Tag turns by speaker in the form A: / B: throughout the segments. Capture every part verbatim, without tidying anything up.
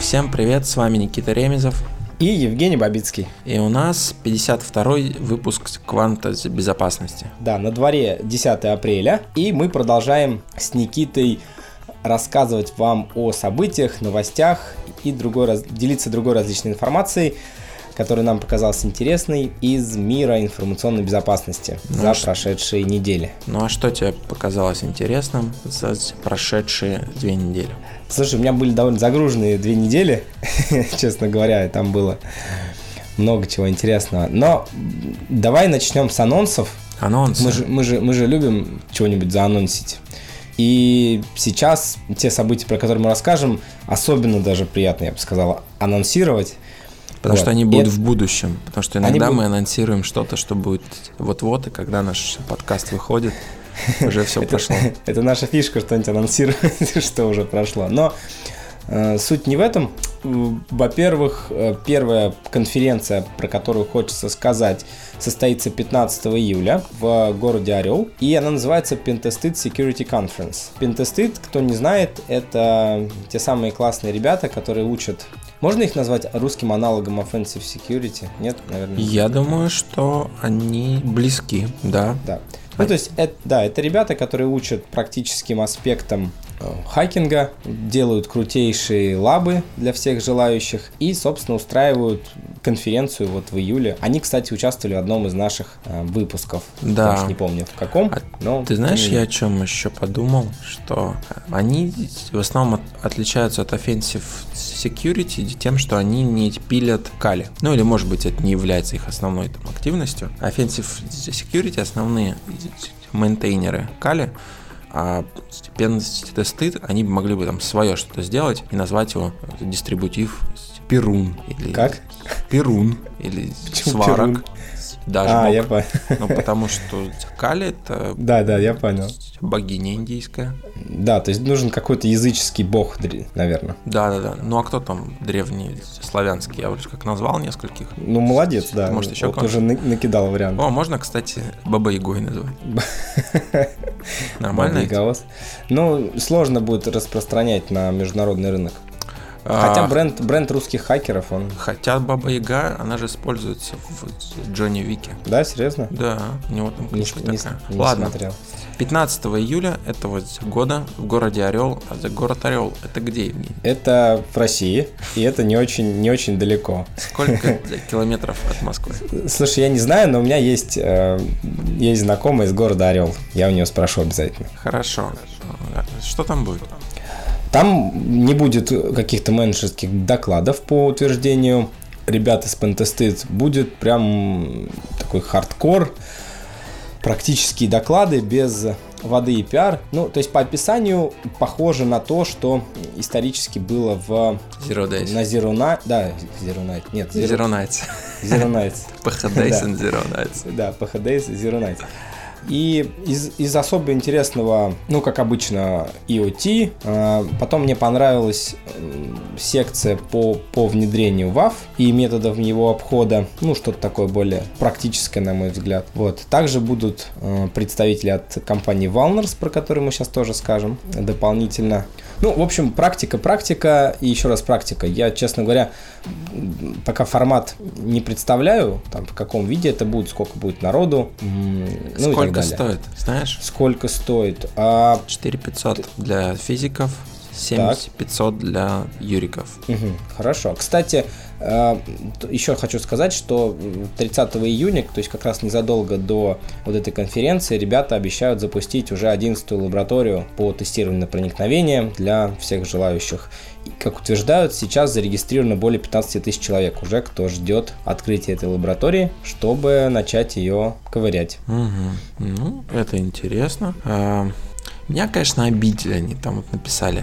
A: Всем привет, с вами Никита Ремезов
B: и Евгений Бабицкий.
A: И у нас пятьдесят второй выпуск «Кванта безопасности».
B: Да, на дворе десятое апреля, и мы продолжаем с Никитой рассказывать вам о событиях, новостях и другой, раз... делиться другой различной информацией, которая нам показалась интересной из мира информационной безопасности ну, за ш... прошедшие недели.
A: Ну а что тебе показалось интересным за прошедшие две недели?
B: Слушай, у меня были довольно загруженные две недели, честно говоря, и там было много чего интересного. Но давай начнем с анонсов.
A: Анонсы.
B: Мы же, мы же, мы же любим чего-нибудь заанонсить. И сейчас те события, про которые мы расскажем, особенно даже приятно, я бы сказал, анонсировать.
A: Потому вот. что они будут
B: и
A: в будущем. Потому что иногда
B: будут...
A: мы анонсируем что-то, что будет вот-вот, и когда наш подкаст выходит, уже все прошло.
B: Это наша фишка, что-нибудь анонсировать, что уже прошло. Но э, суть не в этом. Во-первых, э, первая конференция, про которую хочется сказать, состоится пятнадцатого июля в городе Орел. И она называется Pentested Security Conference. Pentested, кто не знает, это те самые классные ребята, которые учат... Можно их назвать русским аналогом Offensive Security? Нет, наверное.
A: Я думаю, что они близки, да.
B: Да. Ну, то есть, это, да, это ребята, которые учат практическим аспектам э, хакинга, делают крутейшие лабы для всех желающих и, собственно, устраивают конференцию вот в июле. Они, кстати, участвовали в одном из наших э, выпусков.
A: Да.
B: Я не помню в каком,
A: а
B: но...
A: Ты знаешь,
B: они...
A: я о чем еще подумал, что они в основном от, отличаются от Offensive Security тем, что они не пилят кали. Ну, или, может быть, это не является их основной там активностью. Offensive Security основные мейнтейнеры кали, а Pentested, они могли бы там свое что-то сделать и назвать его дистрибутив Перун. Или
B: как?
A: Перун. Или
B: Почему
A: сварок.
B: Перун?
A: Даже
B: а,
A: бог.
B: я понял.
A: Ну, потому что кали это...
B: Да, да, я понял.
A: Богиня индийская.
B: Да, то есть нужен какой-то языческий бог, наверное.
A: Да, да, да. Ну а кто там древний славянский? Я вроде как назвал нескольких.
B: Ну, молодец, да.
A: Может, еще
B: вот уже накидал вариант.
A: О, можно, кстати, Баба-Ягой назвать. Нормально?
B: Баба-Яга. Ну, сложно будет распространять на международный рынок. Хотя бренд, бренд русских хакеров, он...
A: Хотя Баба-Яга, она же используется в Джонни Вике.
B: Да, серьезно?
A: Да, у него там кличка
B: не,
A: такая.
B: Не, не
A: Ладно,
B: смотрел.
A: пятнадцатого июля этого года в городе Орел. А город Орел это где, Евгений?
B: Это в России, и это не очень, не очень далеко.
A: Сколько километров от Москвы?
B: Слушай, я не знаю, но у меня есть, есть знакомый из города Орел. Я у него спрошу обязательно.
A: Хорошо. Что там будет?
B: Там не будет каких-то менеджерских докладов по утверждению ребят из Pentested. Будет прям такой хардкор, практические доклады без воды и пиар. Ну, то есть по описанию похоже на то, что исторически было в...
A: Zero Days.
B: На Zero Night. Да, Zero Night. Нет,
A: Zero, Zero Nights.
B: Zero Nights.
A: пи эйч ди Days and Zero Nights.
B: Да, пи эйч ди Days и Zero Nights. И из, из особо интересного, ну, как обычно, ай о ти. Потом мне понравилась секция по, по внедрению вав и методов его обхода. Ну, что-то такое более практическое, на мой взгляд. Вот. Также будут представители от компании Valners, про которую мы сейчас тоже скажем дополнительно. Ну, в общем, практика, практика и еще раз практика. Я, честно говоря, пока формат не представляю, там, в каком виде это будет, сколько будет народу. Ну,
A: сколько стоит, знаешь?
B: Сколько стоит? А...
A: четыре тысячи пятьсот для физиков, семь тысяч пятьсот для юриков.
B: Угу, хорошо. Кстати, еще хочу сказать, что тридцатого июня, то есть как раз незадолго до вот этой конференции, ребята обещают запустить уже одиннадцатую лабораторию по тестированию на проникновение для всех желающих. И, как утверждают, сейчас зарегистрировано более пятнадцать тысяч человек уже, кто ждет открытия этой лаборатории, чтобы начать ее ковырять.
A: Угу. Ну, это интересно. Меня, конечно, обидели, они там вот написали,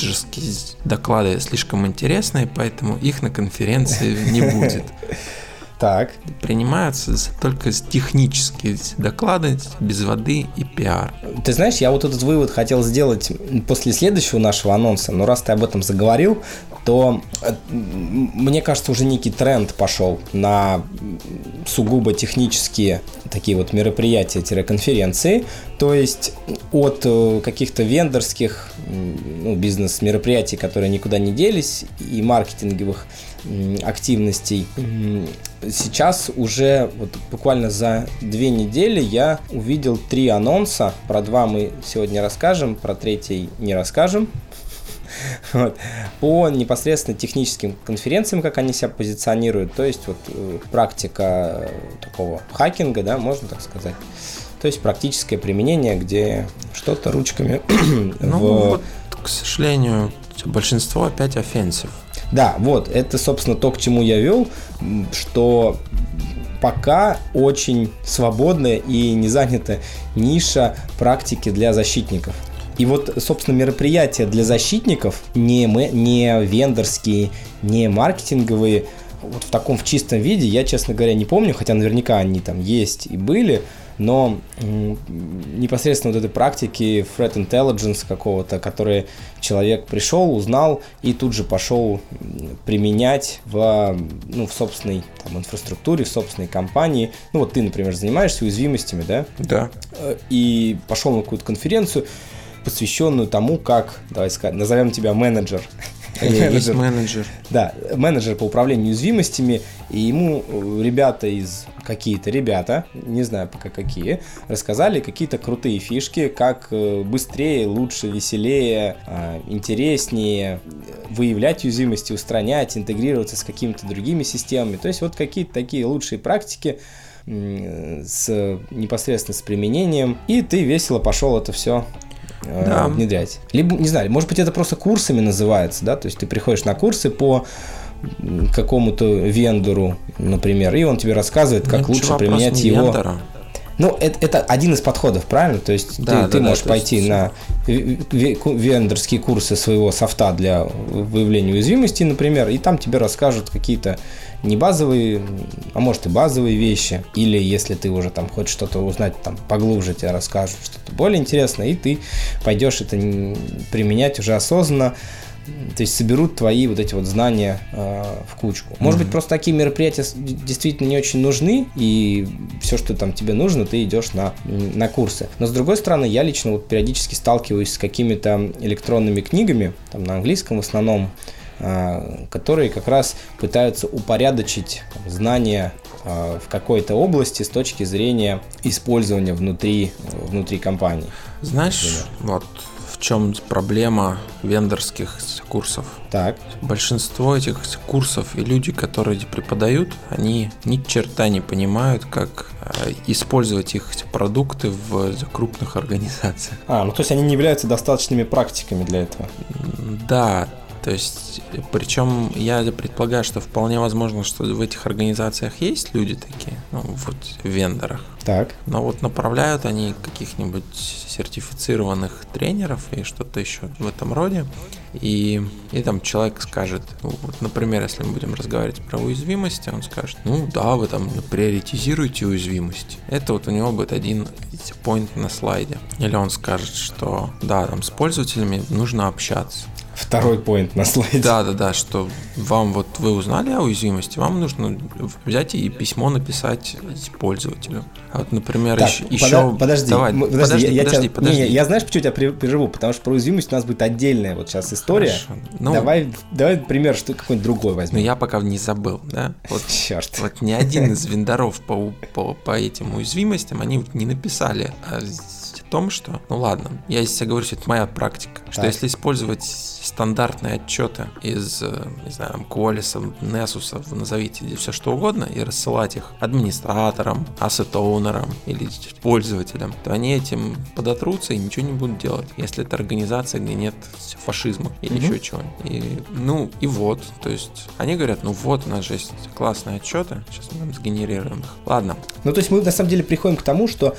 A: менеджерские доклады слишком интересные, поэтому их на конференции не будет.
B: Так.
A: Принимаются только технические доклады, без воды и пиар.
B: Ты знаешь, я вот этот вывод хотел сделать после следующего нашего анонса, но раз ты об этом заговорил, то мне кажется, уже некий тренд пошел на сугубо технические такие вот мероприятия-конференции, то есть от каких-то вендорских, ну, бизнес-мероприятий, которые никуда не делись, и маркетинговых активностей. Сейчас уже вот буквально за две недели я увидел три анонса. Про два мы сегодня расскажем, про третий не расскажем. Вот. По непосредственно техническим конференциям, как они себя позиционируют, то есть вот практика такого хакинга, да, можно так сказать. То есть практическое применение, где что-то ручками.
A: Ну, в... вот, к сожалению, большинство опять offensive.
B: Да, вот, это, собственно, то, к чему я вел, что пока очень свободная и не занята ниша практики для защитников. И вот, собственно, мероприятия для защитников, не, мы, не вендорские, не маркетинговые, вот в таком в чистом виде, я, честно говоря, не помню, хотя наверняка они там есть и были, но м- непосредственно вот этой практики threat intelligence какого-то, который человек пришел, узнал и тут же пошел применять в, ну, в собственной там, инфраструктуре, в собственной компании. Ну вот ты, например, занимаешься уязвимостями, да?
A: Да.
B: И пошел на какую-то конференцию, посвященную тому, как, давай сказать, назовем тебя менеджер.
A: Есть менеджер.
B: Да, менеджер по управлению уязвимостями, и ему ребята из, какие-то ребята, не знаю пока какие, рассказали какие-то крутые фишки, как быстрее, лучше, веселее, интереснее выявлять уязвимости, устранять, интегрироваться с какими-то другими системами. То есть вот какие-то такие лучшие практики с непосредственно с применением, и ты весело пошел это все да. внедрять. Либо, не знаю, может быть, это просто курсами называется, да, то есть ты приходишь на курсы по какому-то вендору, например, и он тебе рассказывает, как
A: ну,
B: лучше применять его.
A: Вендора.
B: Ну, это, это один из подходов, правильно? То есть
A: да,
B: ты,
A: да,
B: ты
A: да,
B: можешь пойти
A: есть...
B: на вендорские курсы своего софта для выявления уязвимостей, например, и там тебе расскажут какие-то не базовые, а может и базовые вещи, или если ты уже там хочешь что-то узнать там поглубже, тебе расскажут что-то более интересное, и ты пойдешь это применять уже осознанно. То есть соберут твои вот эти вот знания э, в кучку. Может mm-hmm. быть, просто такие мероприятия действительно не очень нужны, и все, что там тебе нужно, ты идешь на, на курсы. Но с другой стороны, я лично вот периодически сталкиваюсь с какими-то электронными книгами, там на английском в основном, э, которые как раз пытаются упорядочить там, знания э, в какой-то области с точки зрения использования внутри, внутри компании.
A: Знаешь, например. Вот в чем проблема вендорских курсов.
B: Так.
A: Большинство этих курсов и люди, которые преподают, они ни черта не понимают, как использовать их продукты в крупных организациях.
B: А, ну то есть они не являются достаточными практиками для этого.
A: Да. То есть, причем я предполагаю, что вполне возможно, что в этих организациях есть люди такие, ну, вот в вендорах. Так. Но вот направляют они каких-нибудь сертифицированных тренеров и что-то еще в этом роде. И, и там человек скажет, ну, вот, например, если мы будем разговаривать про уязвимости, он скажет, ну да, вы там приоритизируете уязвимости. Это вот у него будет один point на слайде. Или он скажет, что да, там с пользователями нужно общаться.
B: Второй поинт на слайде.
A: Да, да, да, что вам вот вы узнали о уязвимости, вам нужно взять и письмо написать пользователю. А вот, например,
B: так,
A: еще,
B: подо-
A: еще...
B: Подожди,
A: Давай,
B: подожди,
A: подожди,
B: я,
A: подожди,
B: тебя...
A: подожди.
B: Не, не, я знаешь, почему я тебя переживу? Потому что про уязвимость у нас будет отдельная вот сейчас история. Ну, давай, давай пример, что какой-нибудь другой возьмем.
A: Ну, я пока не забыл, да? Вот,
B: черт.
A: Вот ни один из вендоров по, по, по этим уязвимостям, они не написали о том, что, ну ладно, я здесь говорю, что это моя практика, что так. Если использовать стандартные отчеты из, не знаю, Qualys, Nessus, назовите все что угодно, и рассылать их администраторам, asset-оунерам или пользователям, то они этим подотрутся и ничего не будут делать, если это организация, где нет фашизма или mm-hmm. еще чего-нибудь. И, ну и вот, то есть они говорят, ну вот, у нас же есть классные отчеты, сейчас мы сгенерируем их. Ладно.
B: Ну то есть мы на самом деле приходим к тому, что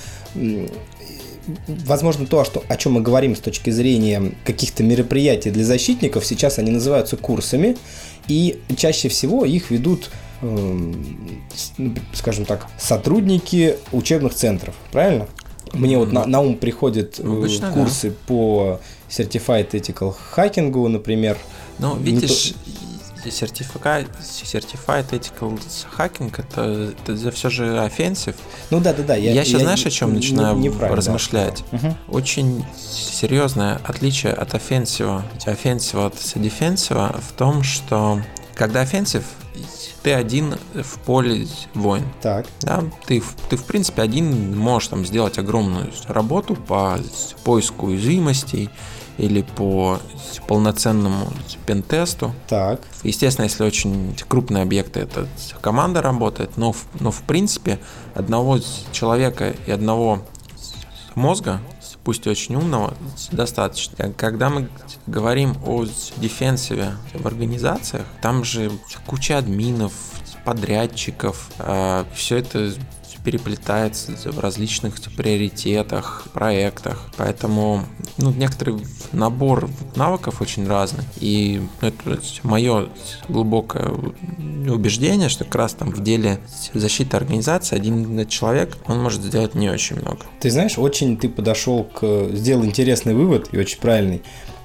B: возможно, то, что, о чем мы говорим с точки зрения каких-то мероприятий для защитников, сейчас они называются курсами, и чаще всего их ведут скажем так, сотрудники учебных центров, правильно? Мне вот на, на ум приходят Обычно, курсы да. по Certified Ethical Hacking, например.
A: Ну, видишь, то... Certified, Certified Ethical Hacking это, это все же offensive.
B: Ну да, да, да.
A: Я, я сейчас я, знаешь, о чем не, начинаю
B: не
A: размышлять?
B: Да. Угу.
A: Очень серьезное отличие от offensive, offensive от defensive в том, что когда offensive, ты один в поле войн.
B: Так.
A: Да? Ты, ты, в принципе, один можешь там сделать огромную работу по поиску уязвимостей или по полноценному пентесту.
B: Так.
A: Естественно, если очень крупные объекты, это команда работает, но, но в принципе одного человека и одного мозга, пусть и очень умного, достаточно. Когда мы говорим о дефенсиве в организациях, там же куча админов, подрядчиков, все это переплетается в различных приоритетах, проектах. Поэтому ну, некоторый набор навыков очень разный. И это мое глубокое убеждение, что как раз там в деле защиты организации один человек, он может сделать не очень много.
B: Ты знаешь, очень ты подошел к... Сделал интересный вывод и очень правильный.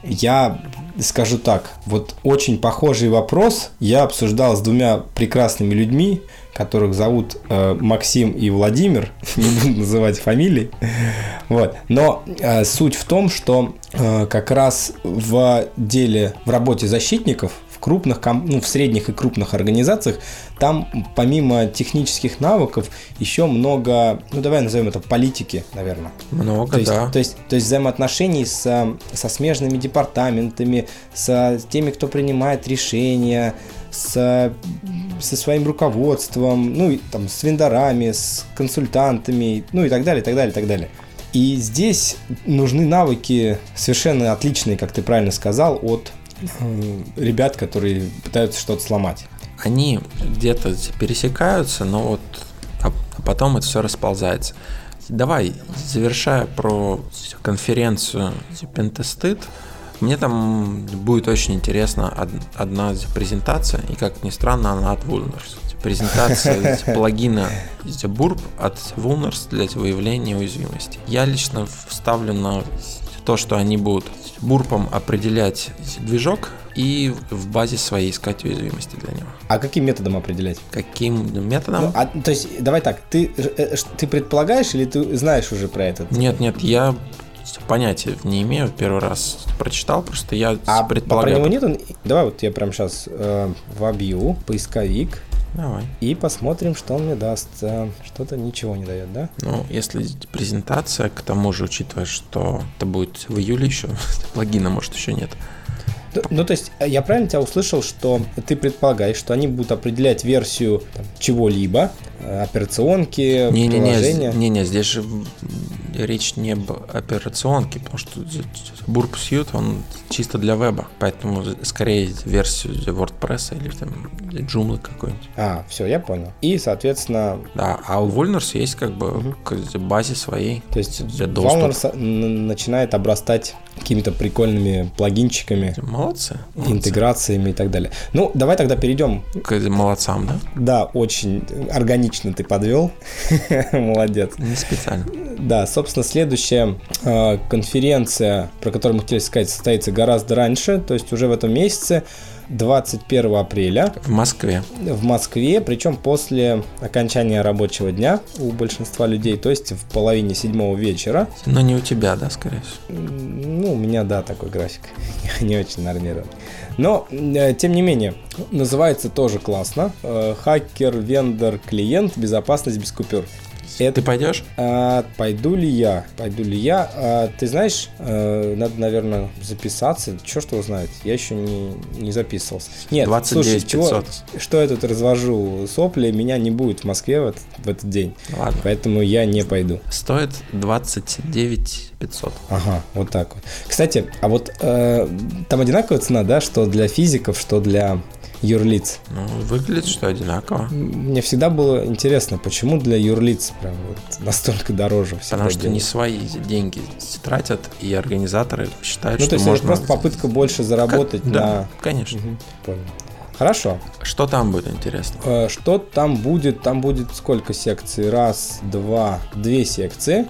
B: Я скажу так, вот очень похожий вопрос я обсуждал с двумя прекрасными людьми, которых зовут э, Максим и Владимир, не буду называть фамилии, вот. Но э, суть в том, что э, как раз в деле, в работе защитников, в крупных, ну, в средних и крупных организациях, там помимо технических навыков еще много, ну давай назовем это политики, наверное.
A: Много,
B: то есть,
A: да.
B: То есть, то есть взаимоотношений с, со смежными департаментами, с теми, кто принимает решения, с, со своим руководством, ну и там с вендорами, с консультантами, ну и так далее, так далее, так далее. И здесь нужны навыки совершенно отличные, как ты правильно сказал, от э, ребят, которые пытаются что-то сломать.
A: Они где-то пересекаются, но вот а потом это все расползается. Давай, завершая про конференцию Pentested, мне там будет очень интересна одна презентация, и, как ни странно, она от Vulners. Презентация плагина Burp от Vulners для выявления уязвимости. Я лично вставлю на то, что они будут бурпом определять движок и в базе своей искать уязвимости для него.
B: А каким методом определять?
A: Каким методом?
B: Ну, а, то есть, давай так, ты, ты предполагаешь или ты знаешь уже про это?
A: Нет, нет, я понятия не имею, первый раз прочитал, просто я
B: а,
A: предполагаю.
B: А про него нету? Давай вот я прямо сейчас э, вобью поисковик.
A: Давай.
B: И посмотрим, что он мне даст. Что-то ничего не дает, да?
A: Ну, если презентация, к тому же, учитывая, что это будет в июле еще, плагина, может, еще нет.
B: Ну, то есть, я правильно тебя услышал, что ты предполагаешь, что они будут определять версию там, чего-либо, операционки,
A: не,
B: приложения?
A: Не-не, здесь же речь не об операционке, потому что Burp Suite, он чисто для веба, поэтому скорее версию WordPress или там для Joomla какой-нибудь.
B: А, все, я понял. И, соответственно...
A: Да, а у Vulners есть как бы угу. к базе своей.
B: То есть Vulners начинает обрастать какими-то прикольными плагинчиками.
A: Молодцы. Молодцы.
B: Интеграциями и так далее. Ну, давай тогда перейдем.
A: К молодцам, да?
B: Да, очень органично ты подвел. Молодец.
A: Не специально.
B: Да, собственно, следующая э, конференция, про которую мы хотели сказать, состоится гораздо раньше, то есть уже в этом месяце, двадцать первого апреля.
A: В Москве.
B: В Москве, причем после окончания рабочего дня у большинства людей, то есть в половине седьмого вечера.
A: Но не у тебя, да, скорее всего?
B: Ну, у меня, да, такой график, не очень нормированный. Но, э, тем не менее, называется тоже классно. Э, хакер, вендор, клиент, безопасность без купюр.
A: Это... Ты пойдешь?
B: А, пойду ли я? Пойду ли я? А, ты знаешь, а, надо, наверное, записаться. Черт его знает. Я еще не, не записывался. Нет,
A: двадцать девять
B: слушай,
A: пятьсот.
B: Чего, что я тут развожу сопли? Меня не будет в Москве в этот, в этот день.
A: Ладно.
B: Поэтому я не пойду.
A: Стоит двадцать девять пятьсот.
B: Ага, вот так вот. Кстати, а вот э, там одинаковая цена, да, что для физиков, что для юрлиц?
A: Ну, выглядит, что одинаково.
B: Мне всегда было интересно, почему для юрлиц прям вот настолько дороже всегда.
A: Потому что
B: делают.
A: не свои деньги тратят, и организаторы считают,
B: ну,
A: что
B: то есть
A: можно...
B: это просто попытка больше заработать
A: как...
B: на...
A: Да, конечно.
B: Угу, понял. Хорошо.
A: Что там будет интересно?
B: Что там будет? Там будет сколько секций? Раз, два, две секции.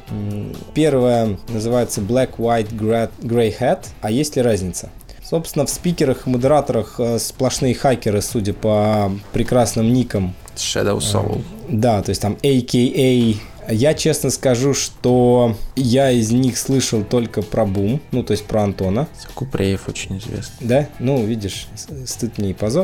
B: Первая называется Black, White, Grey Hat. А есть ли разница? Собственно, в спикерах и модераторах сплошные хакеры, судя по прекрасным никам.
A: Shadow Soul.
B: Да, то есть там эй кей эй. Я честно скажу, что я из них слышал только про Бум, ну, то есть про Антона.
A: Купреев очень известный.
B: Да? Ну, видишь, стыд мне и позор.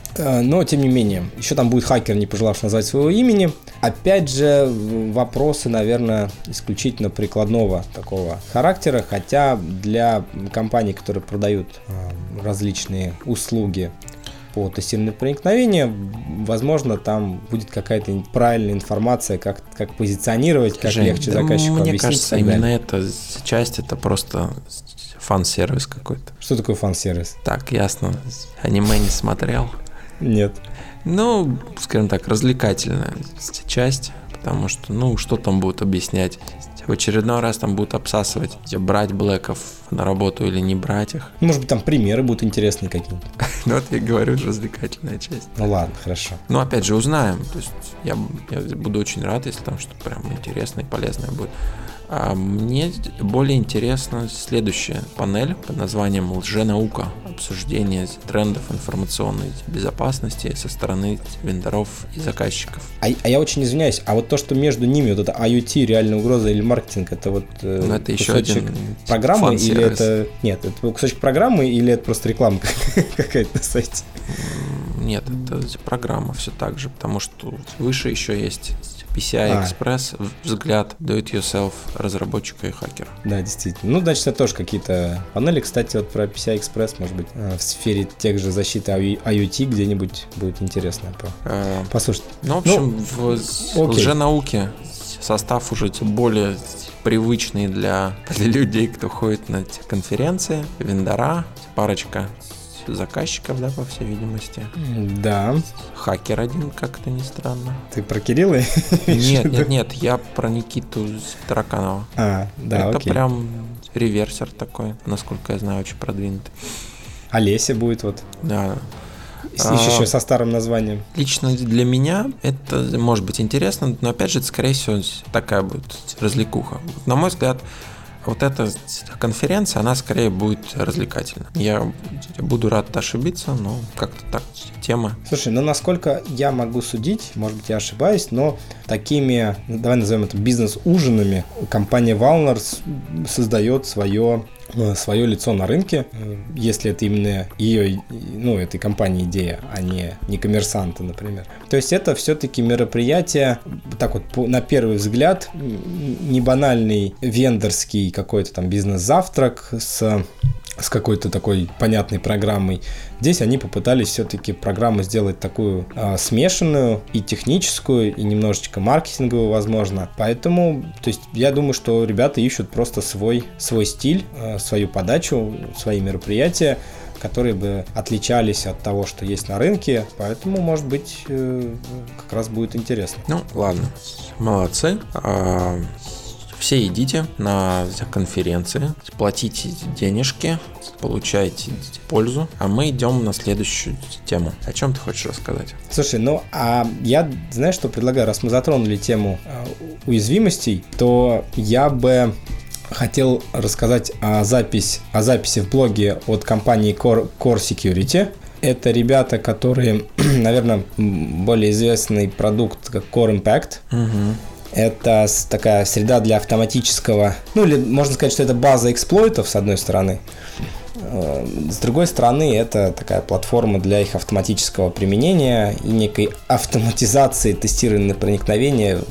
B: Но, тем не менее, еще там будет хакер, не пожелавший назвать своего имени. Опять же, вопросы, наверное, исключительно прикладного такого характера, хотя для компаний, которые продают различные услуги по тестированию проникновения, возможно, там будет какая-то правильная информация, как, как позиционировать, как
A: Жень,
B: легче
A: да
B: заказчику
A: мне
B: объяснить.
A: Кажется, именно эта часть это просто фан-сервис какой-то.
B: Что такое фан-сервис?
A: Так, ясно. Аниме не смотрел?
B: Нет.
A: Ну, скажем так, развлекательная часть, потому что, ну, что там будут объяснять? В очередной раз там будут обсасывать, брать блэков на работу или не брать их.
B: Может быть, там примеры будут интересные какие-нибудь.
A: Ну, вот я говорю, развлекательная часть.
B: Ну, ладно, хорошо.
A: Ну, опять же, узнаем. То есть я, я буду очень рад, если там что-то прям интересное и полезное будет. А мне более интересна следующая панель под названием «Лженаука». Обсуждение трендов информационной безопасности со стороны вендоров и заказчиков.
B: А, а я очень извиняюсь, а вот то, что между ними вот это IoT, реальная угроза или маркетинг, это вот э,
A: ну, это еще
B: кусочек
A: один
B: программы
A: фан-сервис.
B: Или это... Нет, это кусочек программы или это просто реклама какая-то на сайте?
A: Нет, это программа все так же, потому что выше еще есть пи си ай Express, а. взгляд do-it-yourself разработчика и хакера.
B: Да, действительно. Ну, значит, это тоже какие-то панели. Кстати, вот про пи си ай Express, может быть, в сфере тех же защиты IoT где-нибудь будет интересно а, послушать.
A: Ну, в общем, ну, в окей. лженауке состав уже более привычный для, для людей, кто ходит на конференции, вендора, парочка заказчиков, да, по всей видимости.
B: Да.
A: Хакер один, как-то не странно.
B: Ты про Кирилла?
A: Нет, нет, нет, я про Никиту Тараканова.
B: А, да,
A: Это
B: окей.
A: прям реверсер такой, насколько я знаю, очень продвинутый.
B: Олеся будет вот.
A: Да.
B: Еще а, со старым названием.
A: Лично для меня это может быть интересно, но опять же, это, скорее всего, такая будет развлекуха. На мой взгляд, вот эта конференция, она скорее будет развлекательна. Я буду рад ошибиться, но как-то так тема.
B: Слушай, ну насколько я могу судить, может быть, я ошибаюсь, но такими, давай назовем это бизнес-ужинами, компания Valner создает свое, свое лицо на рынке, если это именно ее, ну, этой компании идея, а не, не коммерсанты, например. То есть это все-таки мероприятие, так вот, на первый взгляд, не банальный вендорский какой-то там бизнес-завтрак с, с какой-то такой понятной программой. Здесь они попытались все-таки программу сделать такую а, смешанную и техническую, и немножечко маркетинговую, возможно. Поэтому, то есть, я думаю, что ребята ищут просто свой, свой стиль, а, свою подачу, свои мероприятия, которые бы отличались от того, что есть на рынке. Поэтому, может быть, э, как раз будет интересно.
A: Ну, ладно. Молодцы. А... Все идите на конференции, платите денежки, получайте пользу, а мы идем на следующую тему. О чем ты хочешь рассказать?
B: Слушай, ну, а я, знаешь, что предлагаю? Раз мы затронули тему уязвимостей, то я бы хотел рассказать о, запись, о записи в блоге от компании Core, Core Security. Это ребята, которые, наверное, более известный продукт, как Core Impact. Угу. Это такая среда для автоматического, ну или можно сказать, что это база эксплойтов, с одной стороны. С другой стороны, это такая платформа для их автоматического применения и некой автоматизации тестирования проникновения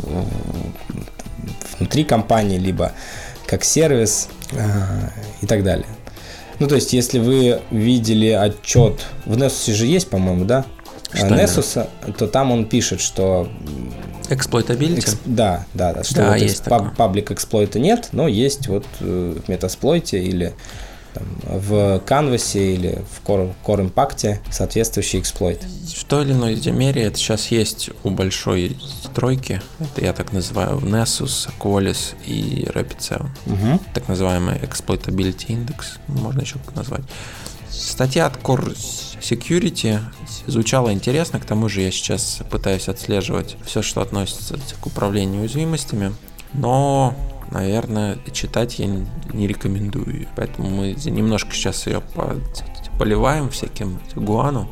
B: внутри компании, либо как сервис и так далее. Ну, то есть, если вы видели отчет, в Nessus же есть, по-моему, да? Nessus, то там он пишет, что
A: Exploitability?
B: Эксп... Да, да, да. Что
A: да,
B: вот
A: есть
B: паб- паблик эксплойта нет, но есть вот в Metasploit или там, в Canvas или в Core, Core Impact соответствующий эксплойт.
A: В той или иной мере это сейчас есть у большой тройки, это я так называю Nessus, Qualys и Rapid seven. Угу. Так называемый Exploitability Index, можно еще как назвать. статья от Core Security звучала интересно, к тому же я сейчас пытаюсь отслеживать все, что относится к управлению уязвимостями, но, наверное, читать я не рекомендую, поэтому мы немножко сейчас ее поливаем всяким гуану,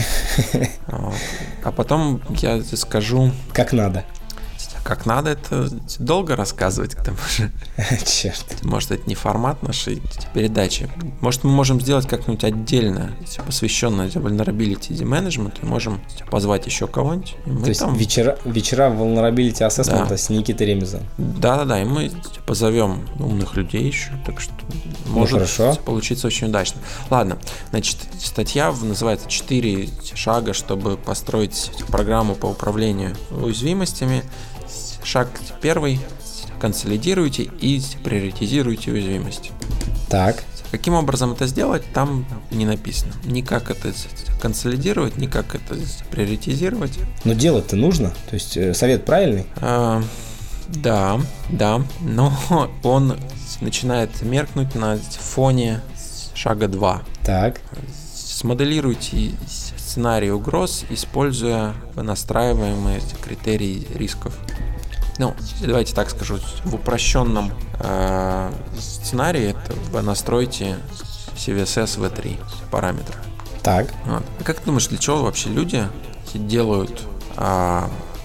A: а потом я скажу...
B: Как надо.
A: Как надо, это долго рассказывать, к тому же.
B: Черт.
A: Может, это не формат нашей передачи. Может, мы можем сделать как-нибудь отдельно, посвященное vulnerability management, и можем позвать еще кого-нибудь.
B: То есть там... вечера, вечера vulnerability assessment да. с Никитой Ремезом.
A: Да-да-да, и мы позовем умных людей еще, так что может ну, получиться очень удачно. Ладно, значит, статья называется «четыре шага, чтобы построить программу по управлению уязвимостями». Шаг первый. Консолидируйте и приоритизируйте уязвимости.
B: Так.
A: Каким образом это сделать, там не написано. Ни как это консолидировать, ни как это приоритизировать.
B: Но делать-то нужно. То есть совет правильный?
A: А, да, да. Но он начинает меркнуть на фоне шага два.
B: Так.
A: Смоделируйте сценарий угроз, используя настраиваемые критерии рисков. Ну, давайте так скажу, в упрощенном э, сценарии это вы настройте си ви эс эс ви три параметры.
B: Так.
A: Вот. А как ты думаешь, для чего вообще люди делают э,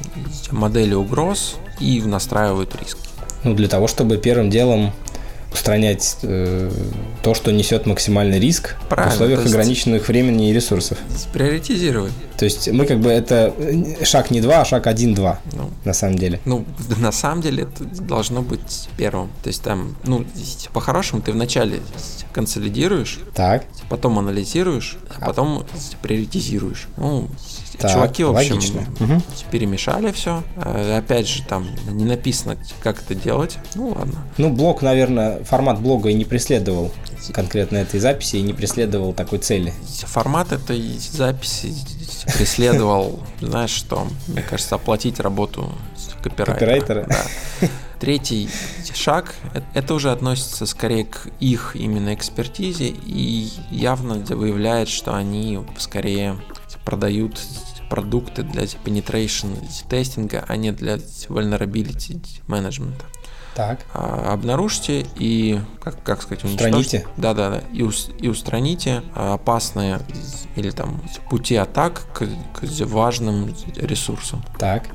A: модели угроз и настраивают риски?
B: Ну, для того, чтобы первым делом устранять э, то, что несет максимальный риск
A: Правильно,
B: в условиях ограниченных времени и ресурсов.
A: Приоритизировать.
B: То есть мы как бы это шаг не два, а шаг один-два ну, на самом деле.
A: Ну, на самом деле это должно быть первым. То есть там, ну, по-хорошему ты вначале консолидируешь,
B: так.
A: потом анализируешь, а потом приоритизируешь. Ну,
B: так,
A: чуваки, в общем,
B: логично. Угу.
A: перемешали все. Опять же, там не написано, как это делать. Ну, ладно.
B: Ну, блог, наверное, формат блога и не преследовал конкретно этой записи и не преследовал такой цели.
A: Формат этой записи преследовал, знаешь что, мне кажется, оплатить работу копирайтера.
B: Копирайтера?
A: Да. Третий шаг, это уже относится скорее к их именно экспертизе и явно выявляет, что они скорее продают продукты для penetration тестинга, а не для vulnerability менеджмента.
B: Так.
A: А, обнаружьте и, как, как сказать,
B: устраните.
A: Да, да, да. И, ус, и устраните опасные или там пути атак к, к важным ресурсам.
B: Так.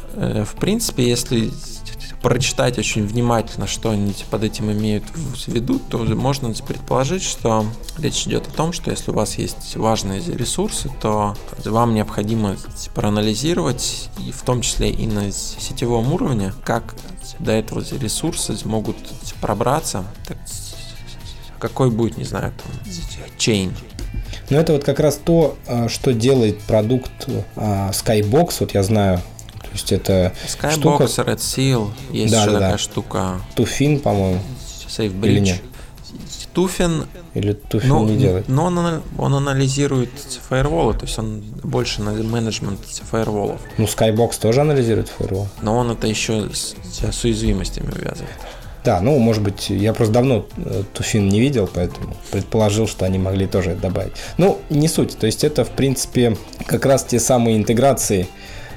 A: В принципе, если прочитать очень внимательно, что они под этим имеют в виду, то можно предположить, что речь идет о том, что если у вас есть важные ресурсы, то вам необходимо проанализировать, и в том числе и на сетевом уровне, как до этого ресурсы могут пробраться, так, какой будет, не знаю, там, чейн.
B: Ну, это вот как раз то, что делает продукт Skybox, вот я знаю. То есть это
A: Skybox,
B: штука...
A: Red Seal, есть
B: да,
A: еще
B: да,
A: такая
B: да.
A: штука.
B: Tufin, по-моему.
A: SafeBridge.
B: Или нет?
A: Tufin.
B: Или Tufin
A: ну,
B: не делает.
A: Но он, он анализирует фаерволы, то есть он больше на менеджмент фаерволов.
B: Ну, Skybox тоже анализирует фаервол.
A: Но он это еще с, с уязвимостями увязывает.
B: Да, ну, может быть, я просто давно Tufin не видел, поэтому предположил, что они могли тоже это добавить. Ну, не суть. То есть это, в принципе, как раз те самые интеграции,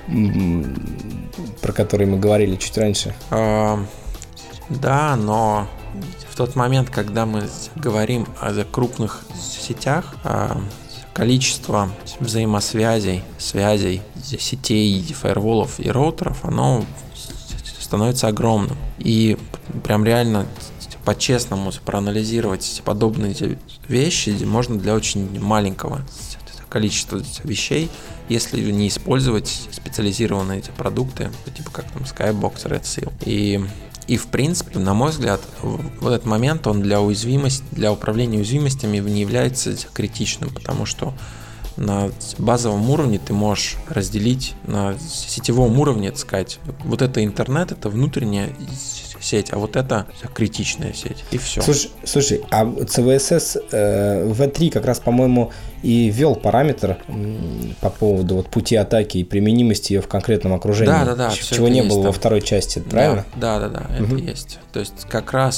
B: про которые мы говорили чуть раньше.
A: А, да, но в тот момент, когда мы говорим о крупных сетях, количество взаимосвязей, связей, сетей, фаерволов и роутеров, оно становится огромным. И прям реально по-честному проанализировать подобные вещи можно для очень маленького количества вещей, если не использовать специализированные эти продукты, типа как там Skybox, Red Seal. И, и в принципе, на мой взгляд, в этот момент он для уязвимости, для управления уязвимостями не является критичным, потому что на базовом уровне ты можешь разделить на сетевом уровне, так сказать, вот это интернет, это внутренняя сеть, а вот это критичная сеть, и все.
B: Слушай, слушай а си ви эс эс э, ви три как раз, по-моему, и ввел параметр м, по поводу вот пути атаки и применимости ее в конкретном окружении,
A: да, да, да,
B: чего не было
A: там.
B: во второй части, правильно?
A: Да, да, да, да,
B: угу.
A: это есть. То есть как раз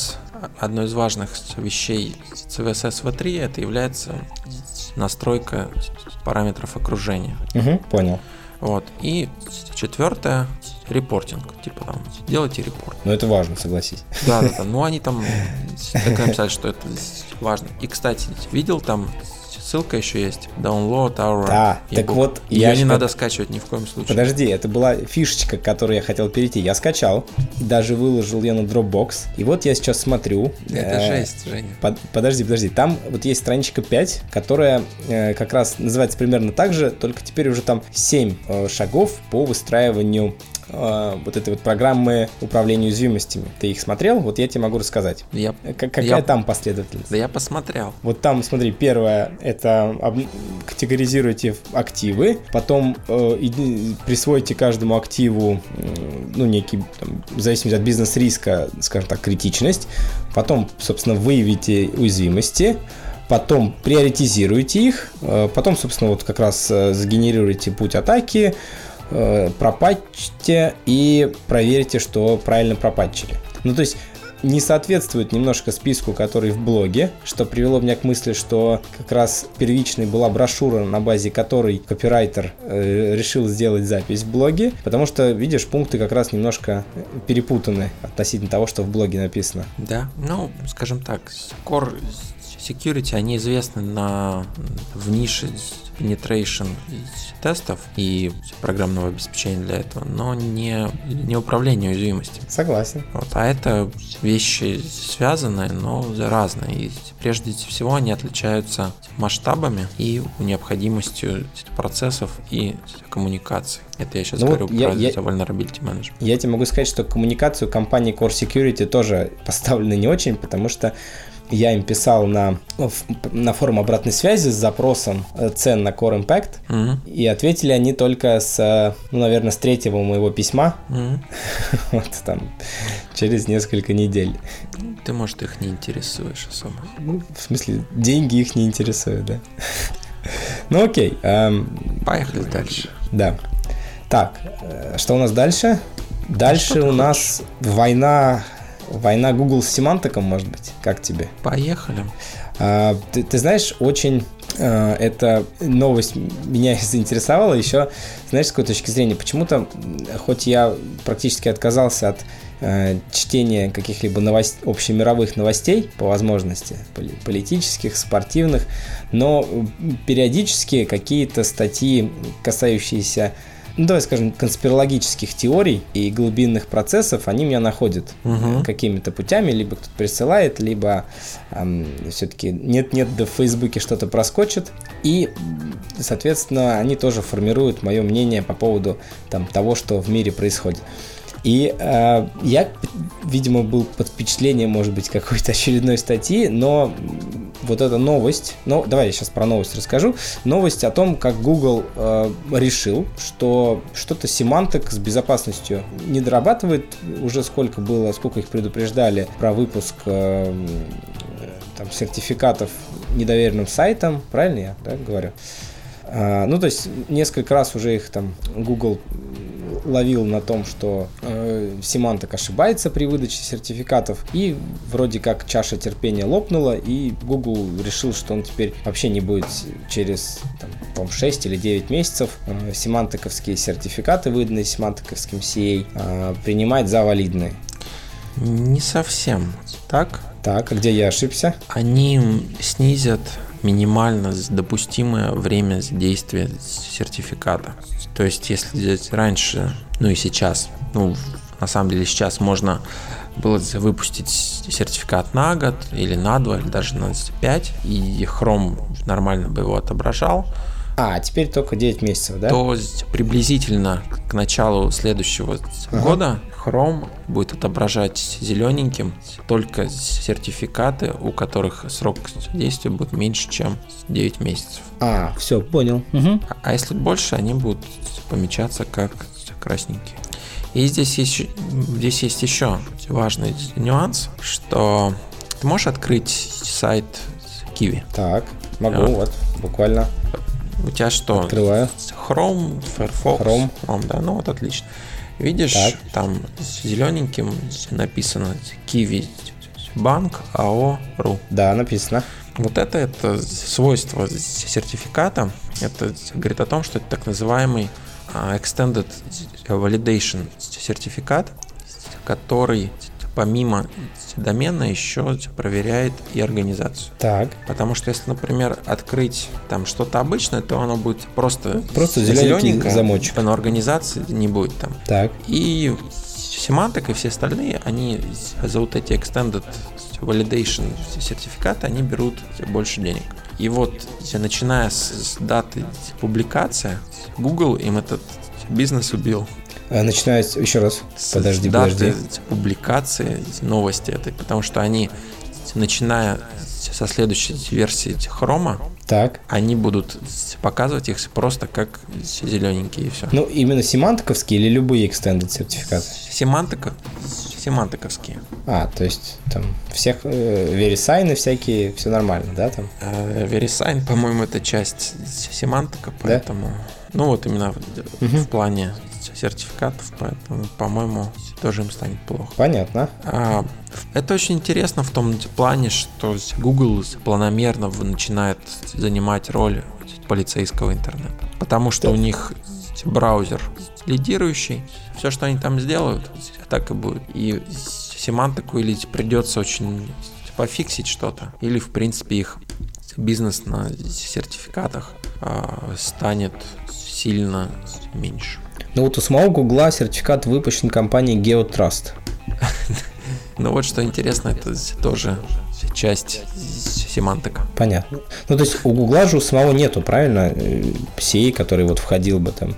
A: одной из важных вещей си ви эс эс ви три это является настройка параметров окружения.
B: Угу, понял.
A: Вот. И четвертое — репортинг. Типа там, делайте репорт.
B: Ну, это важно, согласись.
A: Да, да, да. Ну, они там так написали, что это важно. И, кстати, видел там ссылка еще есть. Download our
B: Да,
A: ebook.
B: так вот...
A: Ее
B: я
A: не
B: ж-
A: надо скачивать ни в коем случае.
B: Подожди, это была фишечка, к которой я хотел перейти. Я скачал, и даже выложил ее на Dropbox. И вот я сейчас смотрю.
A: Это
B: э,
A: жесть, Женя.
B: Под- подожди, подожди. Там вот есть страничка пять, которая э, как раз называется примерно так же, только теперь уже там семь э, шагов по выстраиванию э, вот этой вот программы управления уязвимостями. Ты их смотрел? Вот я тебе могу рассказать.
A: Я,
B: Э, как- какая
A: я-
B: там последовательность?
A: да я посмотрел.
B: Вот там, смотри, первое, это об- категоризируйте активы, потом э, и- присвойте каждому активу, э, ну, некий, там, в зависимости от бизнес-риска, скажем так, критичность, потом, собственно, выявите уязвимости, потом приоритизируйте их, э, потом, собственно, вот как раз э, сгенерируйте путь атаки, э, пропатчите и проверьте, что правильно пропатчили. Ну, то есть не соответствует немножко списку, который в блоге, что привело меня к мысли, что как раз первичной была брошюра, на базе которой копирайтер э, решил сделать запись в блоге, потому что, видишь, пункты как раз немножко перепутаны относительно того, что в блоге написано.
A: Да, ну, скажем так, Core Security, они известны на, в нише penetration тестов и программного обеспечения для этого, но не, не управление уязвимостями.
B: Согласен.
A: Вот, а это вещи связанные, но разные. И прежде всего они отличаются масштабами и необходимостью процессов и коммуникаций. Это я сейчас
B: Ну,
A: говорю
B: вот я-
A: про
B: я-
A: vulnerability management.
B: Я тебе могу сказать, что коммуникацию компании Core Security тоже поставлена не очень, потому что я им писал на, на форум обратной связи с запросом цен на Core Impact,
A: Мгм.
B: и ответили они только с, ну, наверное, с третьего моего письма,
A: Мгм.
B: вот там, через несколько недель.
A: Ты, может, их не интересуешь особо.
B: Ну, в смысле, деньги их не интересуют, да? Ну, окей. эм,
A: Поехали дальше.
B: Да. Так, э, что у нас дальше? Дальше
A: что ты
B: у нас война... Война Google с семантиком, может быть? Как тебе?
A: Поехали.
B: А, ты, ты знаешь, очень а, эта новость меня заинтересовала еще, знаешь, с какой точки зрения. Почему-то, хоть я практически отказался от а, чтения каких-либо новост... общемировых новостей по возможности, поли- политических, спортивных, но периодически какие-то статьи, касающиеся, ну, давай скажем, конспирологических теорий и глубинных процессов, они меня находят
A: Мгм.
B: какими-то путями, либо кто-то присылает, либо эм, все-таки нет-нет, да в Фейсбуке что-то проскочит, и, соответственно, они тоже формируют мое мнение по поводу там, того, что в мире происходит. И э, я, видимо, был под впечатлением, может быть, какой-то очередной статьи, но вот эта новость, ну, давай я сейчас про новость расскажу. Новость о том, как Google э, решил, что что-то Symantec с безопасностью не дорабатывает. Уже сколько было, сколько их предупреждали про выпуск э, там, сертификатов недоверенным сайтам. Правильно я, да, говорю? Э, ну, то есть, несколько раз уже их там Google ловил на том, что э, Symantec ошибается при выдаче сертификатов, и вроде как чаша терпения лопнула, и Google решил, что он теперь вообще не будет через там, по-моему, шесть или девять месяцев э, симантековские сертификаты, выданные симантековским си эй, э, принимать за валидные.
A: Не совсем так.
B: Так, а где я ошибся?
A: Они снизят минимально допустимое время действия сертификата. То есть, если взять раньше, ну и сейчас, ну, на самом деле сейчас можно было выпустить сертификат на год, или на два, или даже на пять, и Chrome нормально бы его отображал,
B: А, теперь только девять месяцев, да?
A: то приблизительно к началу следующего
B: Ага.
A: года Chrome будет отображать зелененьким только сертификаты, у которых срок действия будет меньше, чем девять месяцев.
B: А, все, понял. Угу.
A: А если больше, они будут помечаться как красненькие. И здесь есть, здесь есть еще важный нюанс, что ты можешь открыть сайт Kiwi.
B: Так, могу,
A: А.
B: вот, буквально
A: У тебя что?
B: открываю.
A: Chrome, Firefox?
B: Chrome.
A: Chrome, да, ну вот отлично. Видишь,
B: Так.
A: там зелененьким написано Kiwi банк АО.ру.
B: Да, написано.
A: Вот это, это свойство сертификата. Это говорит о том, что это так называемый Extended Validation сертификат, который помимо домена еще проверяет и организацию.
B: Так.
A: Потому что если, например, открыть там что-то обычное, то оно будет просто,
B: просто зелененький замочек.
A: Но организации не будет там.
B: Так.
A: И Symantec и все остальные, они за вот эти Extended Validation сертификаты, они берут больше денег. И вот, начиная с даты публикации, Google им этот бизнес убил.
B: Начиная с, еще раз,
A: с
B: подожди,
A: даты
B: подожди.
A: публикации новости этой, потому что они, начиная со следующей версии Chrome,
B: так.
A: они будут показывать их просто как зелененькие и все.
B: Ну, именно Symantec-овские или любые extended сертификаты?
A: Symantec, Symantec-овские.
B: А, то есть там всех э, VeriSign всякие, все нормально, да? Там?
A: Uh, VeriSign, по-моему, это часть Symantec, поэтому... Да? Ну, вот именно в, угу. в плане сертификатов, поэтому, по-моему, тоже им станет плохо.
B: Понятно.
A: А, это очень интересно в том плане, что Google планомерно начинает занимать роль полицейского интернета, потому что да. у них браузер лидирующий, все, что они там сделают, так и будет. И Symantec или придется очень пофиксить что-то, или, в принципе, их бизнес на сертификатах а, станет сильно меньше.
B: Ну вот у самого Гугла сертификат выпущен компанией GeoTrust.
A: Ну вот что интересно, это тоже часть Symantec.
B: Понятно. Ну то есть у Гугла же у самого нету, правильно, си эй, который вот входил бы там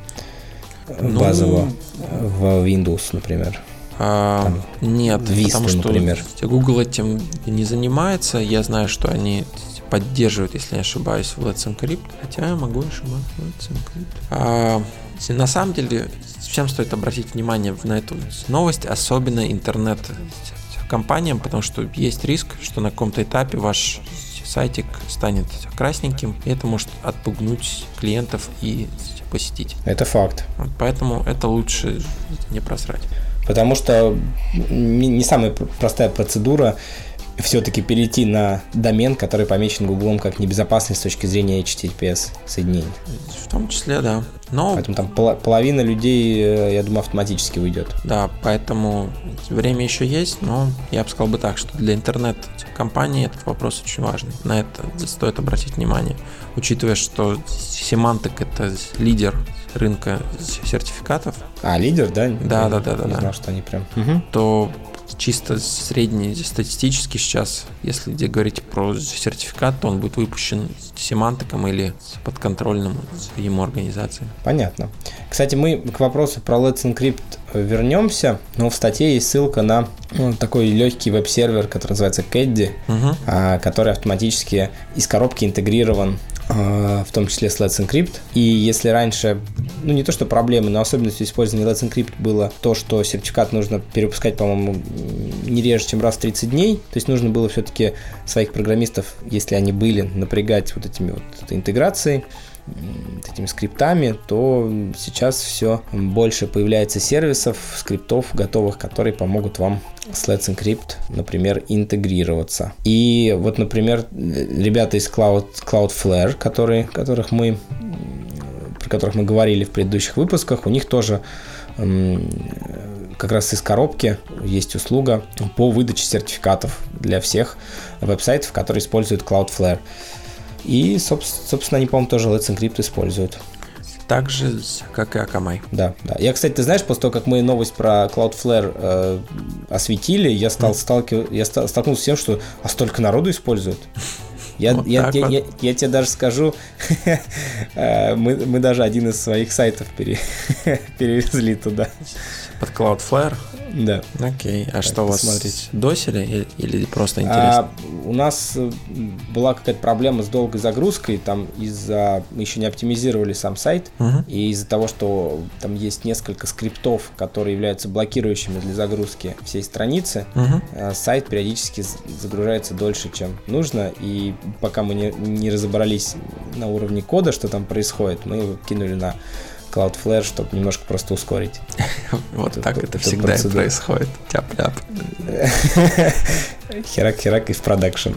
B: базово ну, в Windows, например.
A: А, там, нет, Vista, потому что
B: например.
A: Google этим не занимается. Я знаю, что они поддерживают, если не ошибаюсь, в Let's Encrypt, хотя я могу ошибаться в Let's Encrypt. А, на самом деле, всем стоит обратить внимание на эту новость, особенно интернет-компаниям, потому что есть риск, что на каком-то этапе ваш сайтик станет красненьким, и это может отпугнуть клиентов и посетителей.
B: Это факт.
A: Вот поэтому это лучше не просрать.
B: Потому что не самая простая процедура все-таки перейти на домен, который помечен Гуглом как небезопасный с точки зрения эйч ти ти пи эс соединений.
A: В том числе, да. Но...
B: Поэтому там половина людей, я думаю, автоматически уйдет.
A: Да, поэтому время еще есть, но я бы сказал бы так, что для интернет-компаний этот вопрос очень важный. На это стоит обратить внимание. Учитывая, что Symantec — это лидер рынка сертификатов.
B: А, лидер, да?
A: Да, да, да, да.
B: Не
A: да.
B: знал, что они прям...
A: То чисто среднестатистически сейчас, если где говорить про сертификат, то он будет выпущен Symantec или подконтрольным ему организацией.
B: Понятно. Кстати, мы к вопросу про Let's Encrypt вернемся, но в статье есть ссылка на ну, такой легкий веб-сервер, который называется Caddy, угу. а, который автоматически из коробки интегрирован, в том числе с Let's Encrypt. И если раньше, ну не то что проблемы, но особенностью использования Let's Encrypt было то, что сертификат нужно перепускать, по-моему, не реже, чем раз в тридцать дней, то есть нужно было все-таки своих программистов, если они были, напрягать вот этими вот этой интеграцией, этими скриптами, то сейчас все больше появляется сервисов, скриптов готовых, которые помогут вам с Let's Encrypt, например, интегрироваться. И вот, например, ребята из Cloud, Cloudflare, которые, которых мы, про которых мы говорили в предыдущих выпусках, у них тоже как раз из коробки есть услуга по выдаче сертификатов для всех веб-сайтов, которые используют Cloudflare. И, собственно, они, по-моему, тоже Let's Encrypt используют.
A: Так же, как и Akamai.
B: Да, да. Я, кстати, ты знаешь, после того, как мы новость про Cloudflare э, осветили, я стал mm. сталкив... я ста... столкнулся с тем, что а столько народу используют. Я, вот я, я, вот. я, я тебе даже скажу, мы, мы даже один из своих сайтов пере... перевезли туда.
A: Под Cloudflare?
B: Да.
A: Окей. А так, что у вас смотрите. Досили или, или просто интересно?
B: А, у нас была какая-то проблема с долгой загрузкой, там из-за мы еще не оптимизировали сам сайт, uh-huh. и из-за того, что там есть несколько скриптов, которые являются блокирующими для загрузки всей страницы, uh-huh. сайт периодически загружается дольше, чем нужно, и пока мы не, не разобрались на уровне кода, что там происходит, мы его кинули на Cloudflare, чтобы немножко просто ускорить.
A: Вот так это всегда и происходит. Тяп-ляп.
B: Херак-херак и в продакшн.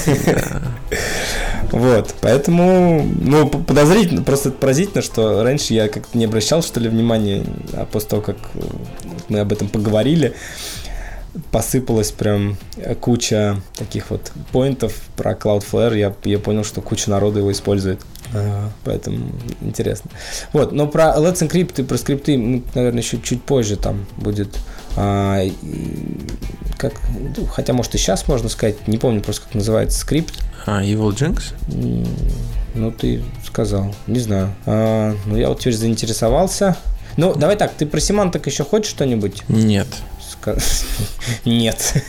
B: Вот, поэтому, ну, подозрительно, просто поразительно, что раньше я как-то не обращал, что ли, внимания, а после того, как мы об этом поговорили, посыпалась прям куча таких вот поинтов про Cloudflare, я, я понял, что куча народу его использует, uh-huh. Поэтому интересно. Вот, но про Let's Encrypt и про скрипты, ну, наверное, еще чуть позже там будет, а, как, хотя, может, и сейчас можно сказать, не помню просто, как называется скрипт.
A: А, EvilJinx?
B: Ну, ты сказал, не знаю. А, ну, я вот теперь заинтересовался. Ну, давай так, ты про семантик еще хочешь что-нибудь?
A: Нет.
B: Нет.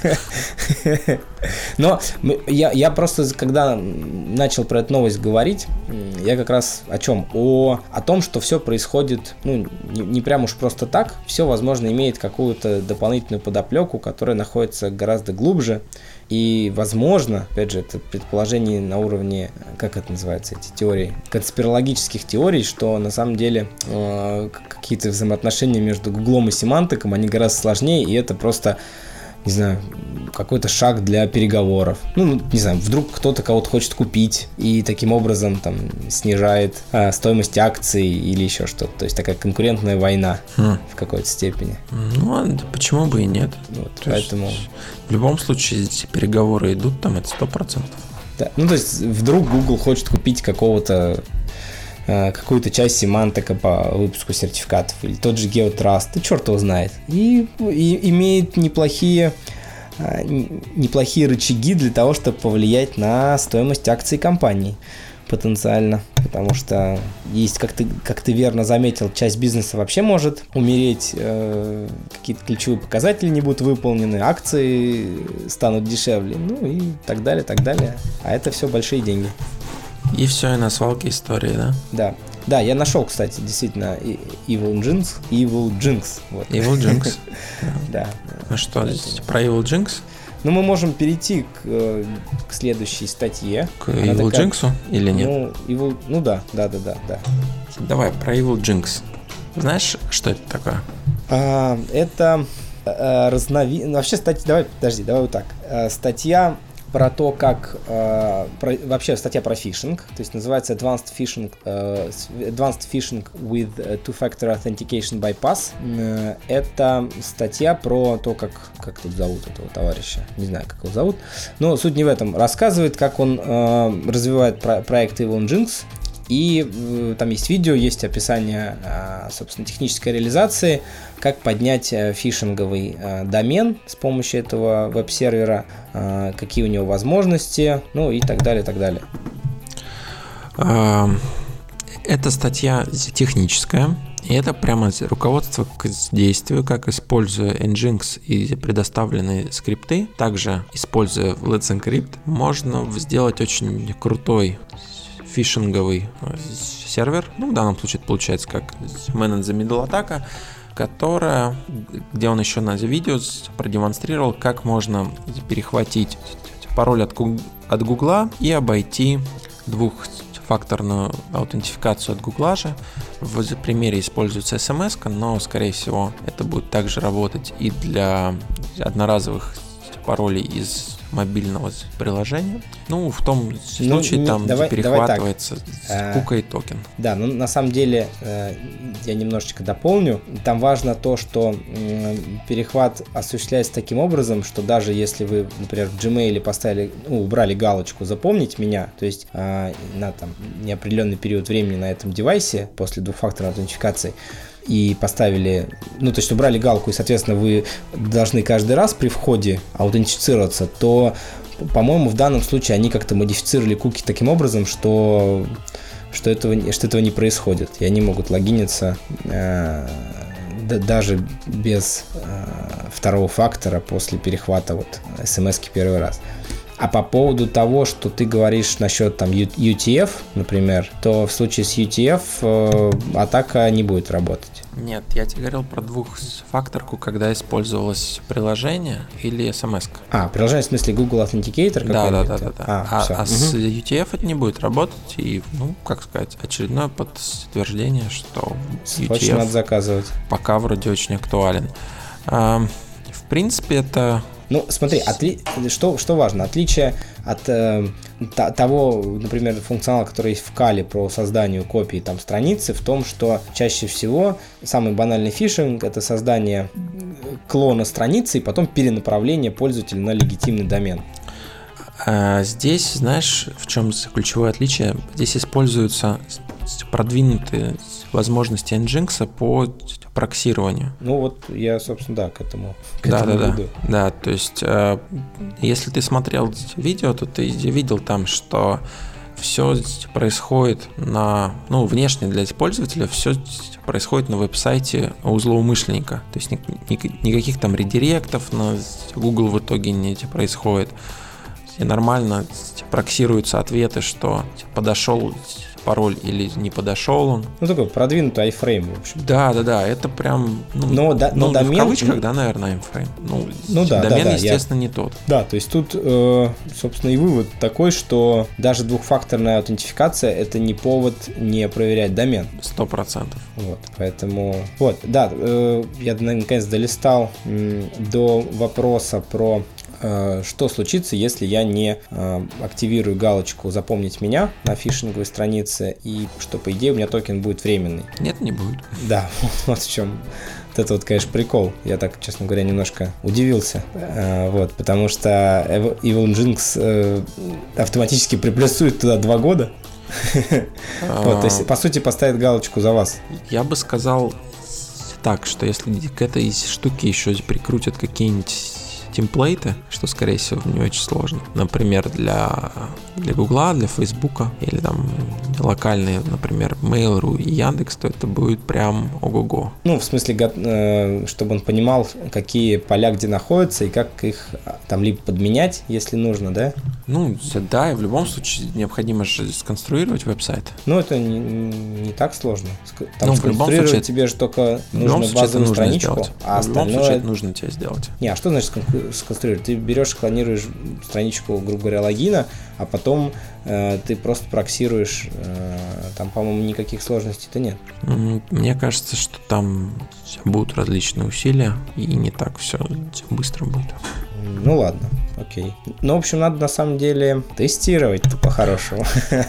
B: Но я, я просто, когда начал про эту новость говорить, я как раз о чем? О, о том, что все происходит, ну, не, не прям уж просто так, все, возможно, имеет какую-то дополнительную подоплеку, которая находится гораздо глубже. И, возможно, опять же, это предположение на уровне, как это называется, эти теории, конспирологических теорий, что на самом деле э, какие-то взаимоотношения между Гуглом и семантиком, они гораздо сложнее, и это просто, не знаю, какой-то шаг для переговоров. Ну, не знаю, вдруг кто-то кого-то хочет купить и таким образом там снижает а, стоимость акций или еще что-то. То есть такая конкурентная война хм. в какой-то степени.
A: Ну, почему бы и нет.
B: Вот, поэтому...
A: есть, в любом случае, если переговоры идут, там это сто процентов.
B: Да. Ну, то есть вдруг Google хочет купить какого-то какую-то часть семантика по выпуску сертификатов, или тот же GeoTrust, да черт его знает, и, и имеет неплохие, неплохие рычаги для того, чтобы повлиять на стоимость акций компании потенциально, потому что есть, как ты, как ты верно заметил, часть бизнеса вообще может умереть, э, какие-то ключевые показатели не будут выполнены, акции станут дешевле, ну и так далее, так далее, а это все большие деньги.
A: И все, и на свалке истории, да?
B: Да. Да, я нашел, кстати, действительно, EvilJinx. EvilJinx. Вот.
A: EvilJinx.
B: Да.
A: Ну что, про EvilJinx?
B: Ну, мы можем перейти к, к следующей статье.
A: К EvilJinx или нет?
B: Ну, evil, ну да, да, да, да, да.
A: Давай, про EvilJinx. Знаешь, что это такое?
B: А, это а, разнови... Вообще, статья... Давай, подожди, давай вот так. А, статья... про то, как э, про, вообще статья про фишинг, то есть называется Advanced Phishing, э, Advanced Phishing with Two-Factor Authentication Bypass. Э, это статья про то, как, как тут зовут этого товарища, не знаю, как его зовут, но суть не в этом. Рассказывает, как он э, развивает про- проект EvilJinx. И э, там есть видео, есть описание, э, собственно, технической реализации, как поднять э, фишинговый э, домен с помощью этого веб-сервера, э, какие у него возможности, ну и так далее, так далее.
A: Это статья техническая, и это прямо руководство к действию, как, используя Nginx и предоставленные скрипты, также используя Let's Encrypt, можно сделать очень крутой фишинговый сервер, ну, в данном случае это получается как Man in the Middle атака, которая, где он еще на видео продемонстрировал, как можно перехватить пароль от, от Гугла и обойти двухфакторную аутентификацию от Гугла же. В примере используется эс эм эс, но, скорее всего, это будет также работать и для одноразовых паролей из мобильного приложения. Ну, в том случае ну, там давай, перехватывается кука и токен.
B: Да, ну на самом деле э, я немножечко дополню. Там важно то, что э, перехват осуществляется таким образом, что даже если вы, например, в Gmail поставили, ну, убрали галочку «Запомнить меня», то есть э, на там неопределенный период времени на этом девайсе после двухфакторной аутентификации, и поставили, ну, то есть убрали галку, и, соответственно, вы должны каждый раз при входе аутентифицироваться, то, по-моему, в данном случае они как-то модифицировали куки таким образом, что, что, этого, что этого не происходит, и они могут логиниться э, да, даже без э, второго фактора после перехвата вот эс эм эс-ки первый раз. А по поводу того, что ты говоришь насчет там ю ти эф, например, то в случае с ю ти эф э, атака не будет работать.
A: Нет, я тебе говорил про двухфакторку, когда использовалось приложение или эс эм эс-ка.
B: А, приложение в смысле Google Authenticator?
A: Да, да, да, да, да.
B: А,
A: а, а
B: угу.
A: с ю ти эф это не будет работать, и, ну, как сказать, очередное подтверждение, что ю ти эф
B: надо заказывать.
A: Пока вроде очень актуален. А, в принципе, это...
B: Ну, смотри, отли... что, что важно, отличие от э, того, например, функционала, который есть в Кале про создание копии там страницы, в том, что чаще всего самый банальный фишинг – это создание клона страницы и потом перенаправление пользователя на легитимный домен.
A: А здесь, знаешь, в чем ключевое отличие? Здесь используются продвинутые возможности Nginx по проксированию.
B: Ну вот я, собственно, да, к этому, к
A: да,
B: этому
A: да,
B: веду.
A: Да, да, то есть, э, если ты смотрел видео, то ты видел там, что все происходит на, ну, внешне для пользователя, все происходит на веб-сайте у злоумышленника. То есть ни, ни, никаких там редиректов на Google в итоге не происходит. И нормально проксируются ответы, что подошел пароль или не подошел он.
B: Ну, такой продвинутый iFrame, в общем.
A: Да, да, да, это прям, ну,
B: но, да, но
A: ну
B: домен...
A: в кавычках, да, наверное, iFrame. Ну,
B: ну да,
A: домен,
B: да, да,
A: естественно,
B: я...
A: не тот.
B: Да, то есть тут, э, собственно, и вывод такой, что даже двухфакторная аутентификация – это не повод не проверять домен.
A: Сто процентов.
B: Вот, поэтому, вот, да, э, я, наконец, долистал м, до вопроса про что случится, если я не э, активирую галочку «Запомнить меня» на фишинговой странице, и что, по идее, у меня токен будет временный.
A: Нет, не будет.
B: Да, вот в чем. Вот это вот, конечно, прикол. Я так, честно говоря, немножко удивился. Э, вот, потому что Evil Nginx э, автоматически приплюсует туда два года. Вот, то есть, по сути, поставит галочку за вас.
A: Я бы сказал так, что если к этой штуке еще прикрутят какие-нибудь темплейты, что, скорее всего, не очень сложно. Например, для, для Гугла, для Фейсбука или там локальные, например, Mail.ru и Яндекс, то это будет прям ого-го.
B: Ну, в смысле, чтобы он понимал, какие поля где находятся и как их там либо подменять, если нужно, да?
A: Ну, да, и в любом случае необходимо же сконструировать веб-сайт.
B: Ну, это не, не так сложно. Там
A: ну,
B: сконструировать
A: случае,
B: тебе же только нужно базовую
A: нужно
B: страничку,
A: сделать.
B: а
A: в любом
B: остальное...
A: случае это нужно тебе сделать.
B: Не, а что значит сконструировать? Ты берешь, клонируешь страничку, грубо говоря, логина, а потом э, ты просто проксируешь, э, там, по-моему, никаких сложностей-то нет.
A: Мне кажется, что там будут различные усилия, и не так все быстро будет.
B: Ну ладно, окей. Ну, в общем, надо на самом деле тестировать-то по-хорошему.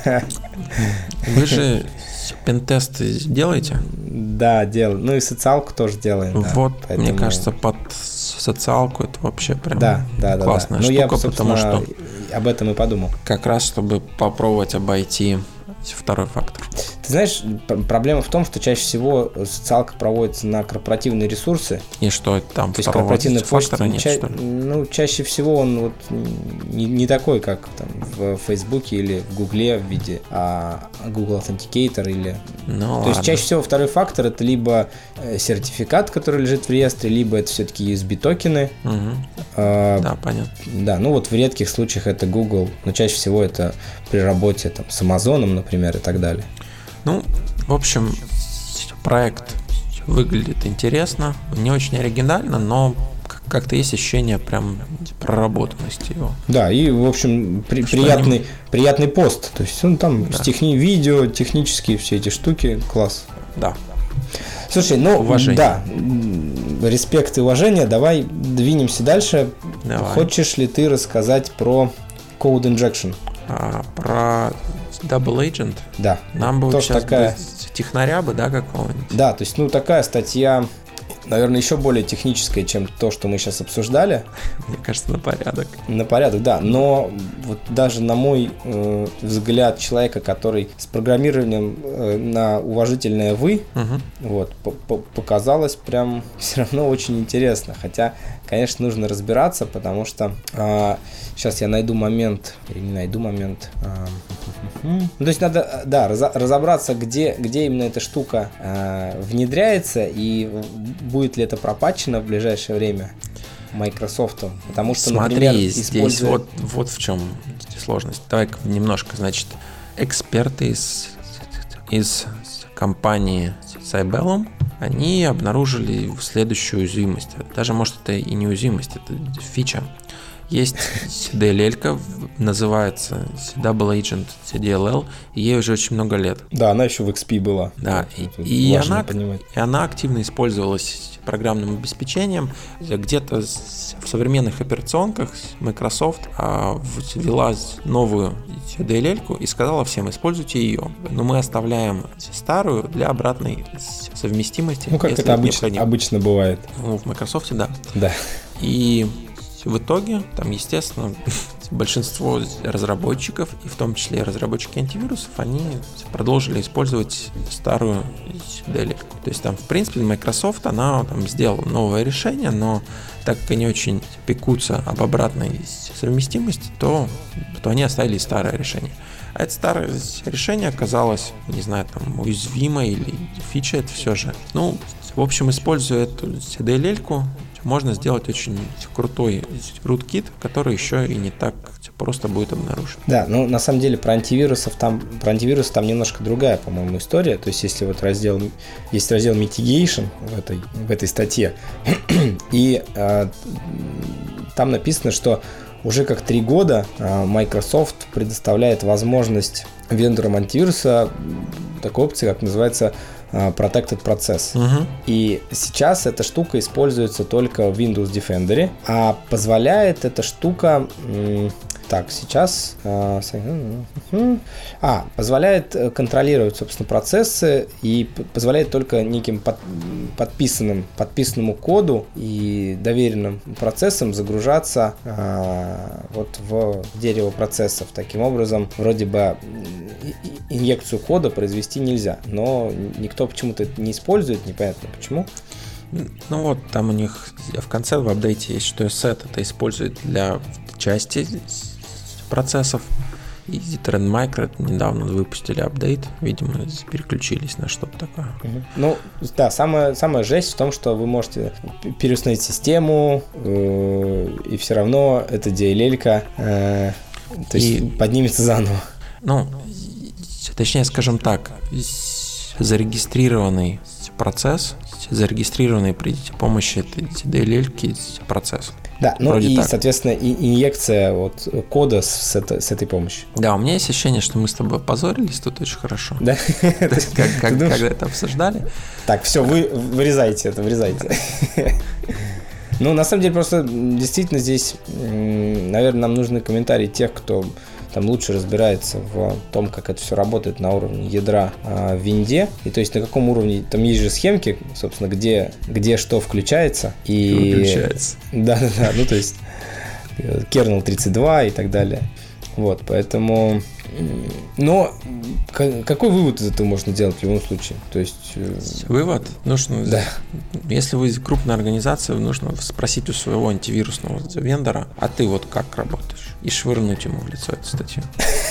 A: Вы же пентесты делаете?
B: Да, делаем. Ну и социалку тоже делаем.
A: Вот,
B: да, поэтому...
A: мне кажется, под социалку это вообще прям
B: да, да,
A: классная
B: да, да.
A: штука,
B: Ну, я,
A: потому что
B: об этом и подумал.
A: Как раз, чтобы попробовать обойти второй фактор.
B: Ты знаешь, проблема в том, что чаще всего социалка проводится на корпоративные ресурсы.
A: И что там
B: то есть корпоративный
A: фактора нет,
B: ча-
A: что ли?
B: Ну, чаще всего он вот не, не такой, как там в Фейсбуке или в Гугле в виде а, Google Authenticator или...
A: Ну,
B: то
A: ладно.
B: есть чаще всего второй фактор это либо сертификат, который лежит в реестре, либо это все-таки ю эс би-токены.
A: Угу.
B: А,
A: да, понятно.
B: Да, ну вот в редких случаях это Google, но чаще всего это при работе там, с Амазоном, например, и так далее.
A: Ну, в общем, проект выглядит интересно, не очень оригинально, но как-то есть ощущение прям проработанности его.
B: Да, и, в общем, при, приятный, они... приятный пост. То есть он там да. с техни... видео, технические все эти штуки, класс.
A: Да.
B: Слушай, ну,
A: уважение.
B: Да, респект и уважение, давай двинемся дальше.
A: Давай.
B: Хочешь ли ты рассказать про Code Injection?
A: А, про Double Agent?
B: Да.
A: Нам бы
B: тоже
A: сейчас
B: такая...
A: технаря бы, да, какого-нибудь?
B: Да, то есть, ну, такая статья, наверное, еще более техническая, чем то, что мы сейчас обсуждали.
A: Мне кажется, на порядок.
B: На порядок, да. Но вот даже на мой э, взгляд человека, который с программированием э, на уважительное «вы»,
A: угу.
B: вот, показалось прям все равно очень интересно. Хотя, конечно, нужно разбираться, потому что э, сейчас я найду момент, или не найду момент. Э, ну, то есть надо, да, разобраться, где, где именно эта штука э, внедряется и будет ли это пропатчено в ближайшее время. Microsoft? Потому что,
A: Смотри,
B: например,
A: здесь
B: используя...
A: вот, вот в чем сложность. Давай-ка немножко, значит, эксперты из, из компании Cybellum, они обнаружили следующую уязвимость. Даже, может, это и не уязвимость, это фича. Есть ди эл эл-ка, называется Double Agent ди эл эл, и ей уже очень много лет.
B: Да, она еще в икс пи была.
A: Да, и, и, она, и она активно использовалась программным обеспечением. Где-то в современных операционках Microsoft ввела новую ди эл эл-ку и сказала всем: используйте ее. Но мы оставляем старую для обратной совместимости.
B: Ну, как это обычно, обычно бывает.
A: Ну, в Microsoft, да.
B: Да.
A: И в итоге, там, естественно, большинство разработчиков, и в том числе разработчики антивирусов, они продолжили использовать старую ди эл эл-ку. То есть там, в принципе, Microsoft, она там сделала новое решение, но так как они очень пекутся об обратной совместимости, то, то они оставили старое решение. А это старое решение оказалось, не знаю, там, уязвимой или фича это все же. Ну, в общем, используя эту ди эл эл-ку, можно сделать очень крутой rootkit, который еще и не так просто будет обнаружен.
B: Да, ну на самом деле про антивирусов там, про антивирус там немножко другая, по-моему, история. То есть если вот раздел, есть раздел mitigation в этой, в этой статье, и э, там написано, что уже как три года э, Microsoft предоставляет возможность вендорам антивируса такой опции, как называется Protected Process. Uh-huh. И сейчас эта штука используется только в Windows Defender, а позволяет эта штука... Так, сейчас... А, позволяет контролировать, собственно, процессы и позволяет только неким под, подписанным, подписанному коду и доверенным процессам загружаться а, вот в дерево процессов. Таким образом, вроде бы инъекцию кода произвести нельзя, но никто почему-то это не использует, непонятно почему.
A: Ну вот, там у них в конце в апдейте есть, что сет это использует для части процессов. И Trend Micro недавно выпустили апдейт, видимо, переключились на что-то такое.
B: Uh-huh. Ну, да, самая, самая жесть в том, что вы можете переустановить систему, э, и все равно эта ди эл эл-ка э, то есть и... поднимется заново.
A: Ну, точнее, скажем так, зарегистрированный процесс, зарегистрированный при помощи этой ди эл эл-ки процесс.
B: Да, ну Вроде и, так. соответственно, и инъекция вот кода с, это, с этой помощью.
A: Да, у меня есть ощущение, что мы с тобой позорились тут очень хорошо.
B: Да?
A: Когда это обсуждали.
B: Так, все, вы вырезайте это, вырезайте. Ну, на самом деле, просто действительно здесь, наверное, нам нужны комментарии тех, кто там лучше разбирается в том, как это все работает на уровне ядра а, в винде. И то есть на каком уровне, там есть же схемки, собственно, где, где что включается. И
A: выключается.
B: Да, да, да. Ну, то есть kernel тридцать два и так далее. Вот, поэтому... Но какой вывод из этого можно делать в любом случае? То есть...
A: Вывод? Нужно...
B: Да.
A: Если вы крупная организация, нужно спросить у своего антивирусного вендора, а ты вот как работаешь? И швырнуть ему в лицо эту статью.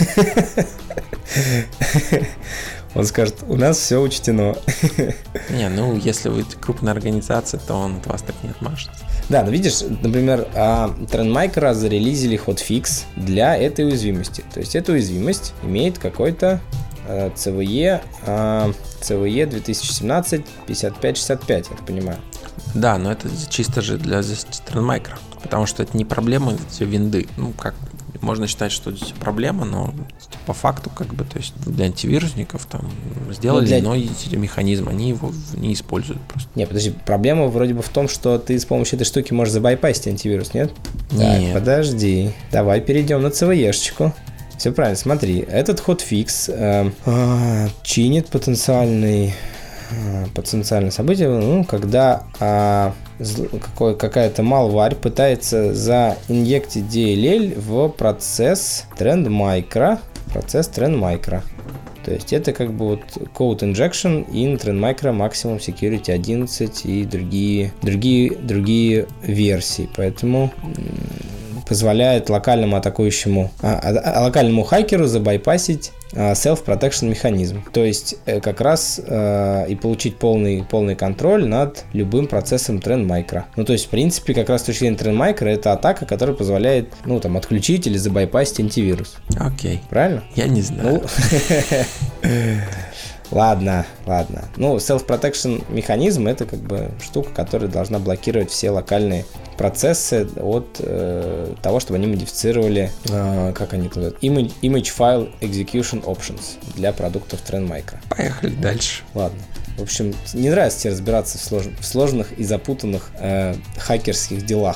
B: Он скажет, у нас все учтено.
A: Не, ну, если вы крупная организация, то он от вас так не отмажется.
B: Да, ну видишь, например, Trend Micro зарелизили хотфикс для этой уязвимости. То есть эта уязвимость имеет какой-то си ви и, си ви и две тысячи семнадцать пятьдесят пять шестьдесят пять, я так понимаю.
A: Да, но это чисто же для Trend Micro, потому что это не проблема винды. Ну, как можно считать, что это проблема, но по факту, как бы, то есть для антивирусников там сделали для... иной механизм, они его не используют просто.
B: Не, подожди, проблема вроде бы в том, что ты с помощью этой штуки можешь забайпасить антивирус, нет?
A: Нет.
B: Так, подожди, давай перейдем на си ви и-шечку. Все правильно, смотри, этот хотфикс э, э, чинит потенциальный потенциальное событие, ну, когда а, какой, какая-то malware пытается заинъектить ди эл эл в процесс Trend Micro, процесс Trend Micro. То есть это как бы вот code injection in Trend Micro Maximum Security одиннадцать и другие, другие, другие версии. Поэтому позволяет локальному атакующему, а, а, локальному хакеру забайпасить self-protection механизм. То есть как раз э, и получить полный, полный контроль над любым процессом TrendMicro. Ну, то есть, в принципе, как раз с точки зрения TrendMicro это атака, которая позволяет, ну, там, отключить или забайпасить антивирус.
A: Окей.
B: Правильно?
A: Я не знаю.
B: Ладно, ладно. Ну, self-protection механизм — это как бы штука, которая должна блокировать все локальные процессы от э, того, чтобы они модифицировали, э, как они называют, image, image File Execution Options для продуктов TrendMicro.
A: Поехали дальше.
B: Ладно. В общем, не нравится тебе разбираться в, слож... в сложных и запутанных э, хакерских делах.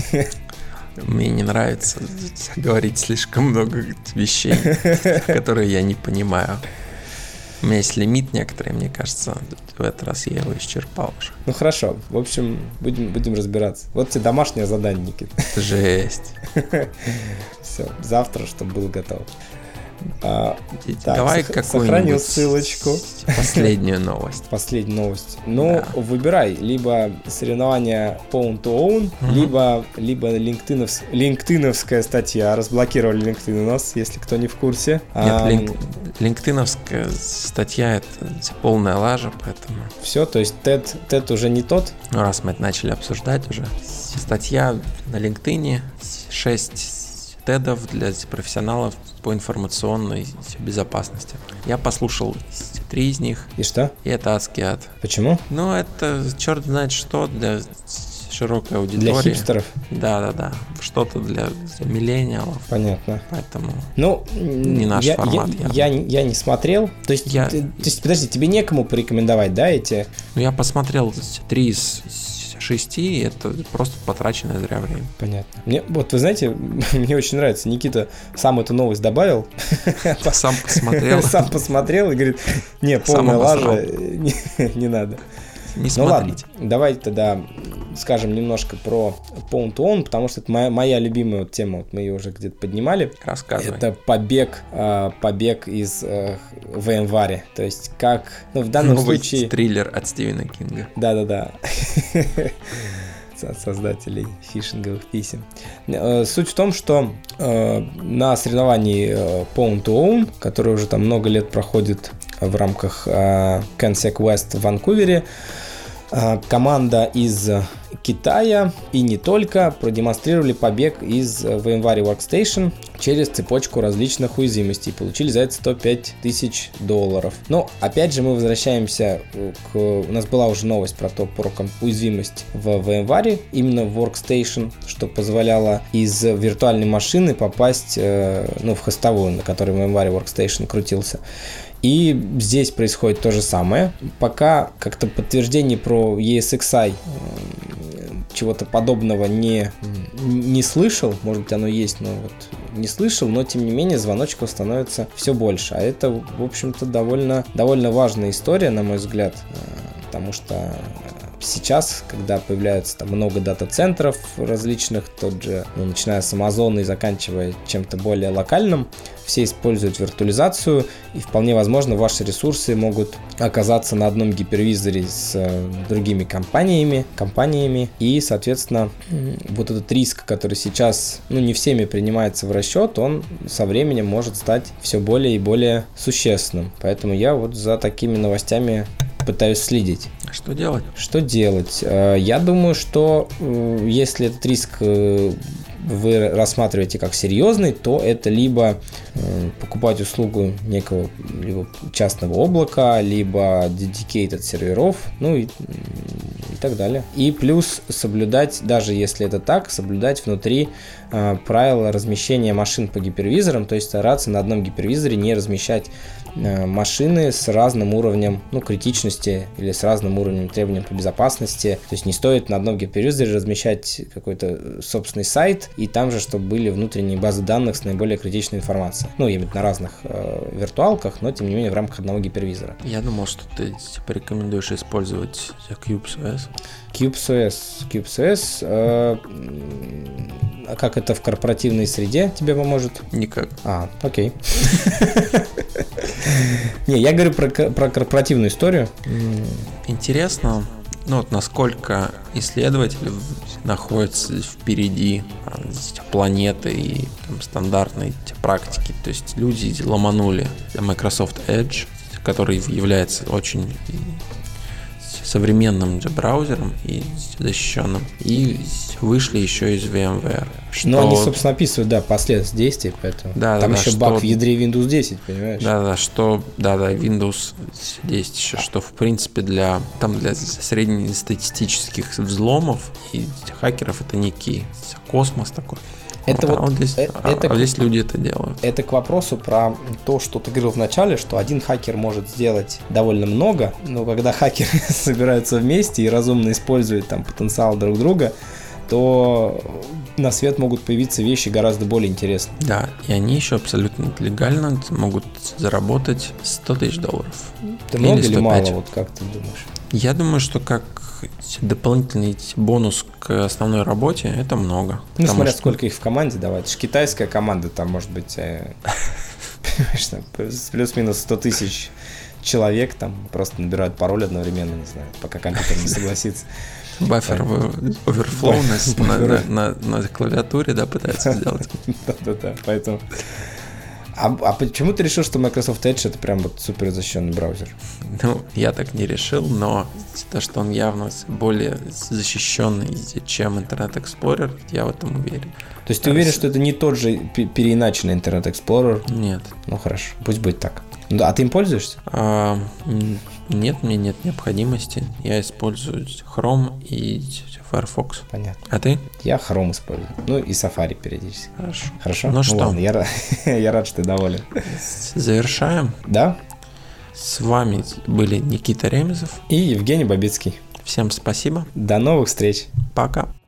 A: Мне не нравится говорить слишком много вещей, которые я не понимаю. У меня есть лимит некоторый, мне кажется, в этот раз я его исчерпал уже.
B: Ну хорошо, в общем, будем, будем разбираться. Вот тебе домашнее задание, Никит.
A: Жесть.
B: Все, завтра, чтобы было готово. А,
A: Давай
B: так,
A: какую-нибудь
B: сохранил ссылочку.
A: Последнюю новость.
B: Последнюю новость. Ну, да. Выбирай либо соревнования Pwn to Own, угу. либо, либо LinkedIn-овс... LinkedIn-овская статья. Разблокировали LinkedIn у нас, если кто не в курсе.
A: Нет, а, линк... LinkedIn-овская статья — это полная лажа, поэтому...
B: Все, то есть TED, TED уже не тот?
A: Ну, раз мы это начали обсуждать уже. Статья на LinkedIn, шесть тедов для профессионалов по информационной безопасности. Я послушал три из них.
B: И что?
A: И это адский ад.
B: Почему?
A: Ну, это черт знает что для широкой аудитории.
B: Для хипстеров?
A: Да-да-да. Что-то для, для миллениалов.
B: Понятно.
A: Поэтому
B: ну,
A: не наш
B: я,
A: формат.
B: Я, я, я не смотрел. То есть,
A: я...
B: ты, то есть, подожди, тебе некому порекомендовать, да, эти?
A: Ну, я посмотрел три из шести, и это просто потраченное зря время.
B: Понятно. Мне, вот вы знаете, мне очень нравится, Никита сам эту новость добавил.
A: Сам посмотрел.
B: Сам посмотрел и говорит, не, полная лажа, не, не надо.
A: Не
B: ну
A: смотрите.
B: Ладно, давайте тогда скажем немножко про Pwn to Own, потому что это моя, моя любимая вот тема, вот мы ее уже где-то поднимали.
A: Рассказывай.
B: Это побег, э, побег из э, VMware. То есть как, ну в данном
A: Новый
B: случае...
A: триллер от Стивена Кинга.
B: Да-да-да. От создателей фишинговых писем. Суть в том, что э, на соревновании Pwn to Own, которое уже там много лет проходит в рамках э, CanSec West в Ванкувере, э, команда из Китая и не только продемонстрировали побег из VMware Workstation через цепочку различных уязвимостей. Получили за это сто пять тысяч долларов. Но опять же мы возвращаемся к... У нас была уже новость про то, про уязвимость в VMware, именно в Workstation, что позволяло из виртуальной машины попасть ну, в хостовую, на которой VMware Workstation крутился. И здесь происходит то же самое. Пока как-то подтверждений про и эс икс ай чего-то подобного не, не слышал. Может быть, оно есть, но вот не слышал. Но, тем не менее, звоночков становится все больше. А это, в общем-то, довольно, довольно важная история, на мой взгляд. Потому что сейчас, когда появляется там много дата-центров различных, тот же, ну, начиная с Amazon и заканчивая чем-то более локальным, все используют виртуализацию, и вполне возможно ваши ресурсы могут оказаться на одном гипервизоре с э, другими компаниями, компаниями, и, соответственно, вот этот риск, который сейчас, ну, не всеми принимается в расчет, он со временем может стать все более и более существенным. Поэтому я вот за такими новостями пытаюсь следить.
A: Что делать?
B: Что делать? Я думаю, что если этот риск вы рассматриваете как серьезный, то это либо покупать услугу некого либо частного облака, либо dedicated серверов, ну и, и так далее. И плюс соблюдать, даже если это так, соблюдать внутри э, правила размещения машин по гипервизорам, то есть стараться на одном гипервизоре не размещать э, машины с разным уровнем, ну, критичности или с разным уровнем требований по безопасности. То есть не стоит на одном гипервизоре размещать какой-то собственный сайт, и там же, чтобы были внутренние базы данных с наиболее критичной информацией. Ну, именно на разных э, виртуалках, но тем не менее в рамках одного гипервизора.
A: Я думал, что ты порекомендуешь использовать kubectl.
B: kubectl. kubectl. Э, а как это в корпоративной среде тебе поможет?
A: Никак.
B: А, окей. Не, я говорю про корпоративную историю.
A: Интересно. ну, вот насколько исследователи находятся впереди планеты и там, стандартной практики. То есть люди ломанули Microsoft Edge, который является очень современным браузером и защищенным, и вышли еще из VMware. Что...
B: Ну, они, собственно, описывают, да, последствия действий, поэтому
A: да,
B: там
A: да,
B: еще
A: что...
B: баг в ядре Windows десять, понимаешь?
A: Да, да, что, да, да, Windows десять еще, что, в принципе, для, там, для среднестатистических взломов и хакеров это некий космос такой.
B: Это
A: а,
B: вот,
A: вот здесь,
B: это,
A: а, а здесь люди это делают.
B: Это к вопросу про то, что ты говорил в начале, что один хакер может сделать довольно много, но когда хакеры собираются вместе и разумно используют там потенциал друг друга, то на свет могут появиться вещи гораздо более интересные.
A: Да, и они еще абсолютно легально могут заработать сто тысяч долларов.
B: Это много или мало, вот как ты думаешь?
A: Я думаю, что как дополнительный бонус к основной работе это много.
B: Ну, смотря
A: что...
B: сколько их в команде давать. Это ж китайская команда, там может быть плюс-минус сто тысяч человек, там просто набирают пароль одновременно, не знаю, пока компьютер не согласится.
A: Баффер оверфлоу на, на, на, на клавиатуре, да, пытается сделать.
B: Да-да-да, поэтому... А, а почему ты решил, что Microsoft Edge это прям вот супер защищенный браузер?
A: Ну, я так не решил, но то, что он явно более защищенный, чем Internet Explorer, я в этом уверен.
B: То есть ты уверен, что это не тот же переиначенный Internet Explorer?
A: Нет.
B: Ну хорошо, пусть будет так. А ты им пользуешься?
A: А, нет, мне нет необходимости. Я использую Chrome и Firefox.
B: Понятно.
A: А ты?
B: Я Chrome использую. Ну и Safari периодически.
A: Хорошо.
B: Хорошо?
A: Ну, ну что?
B: Ладно, я, я рад, что ты доволен.
A: Завершаем.
B: Да.
A: С вами были Никита Ремезов
B: и Евгений Бабицкий.
A: Всем спасибо.
B: До новых встреч.
A: Пока.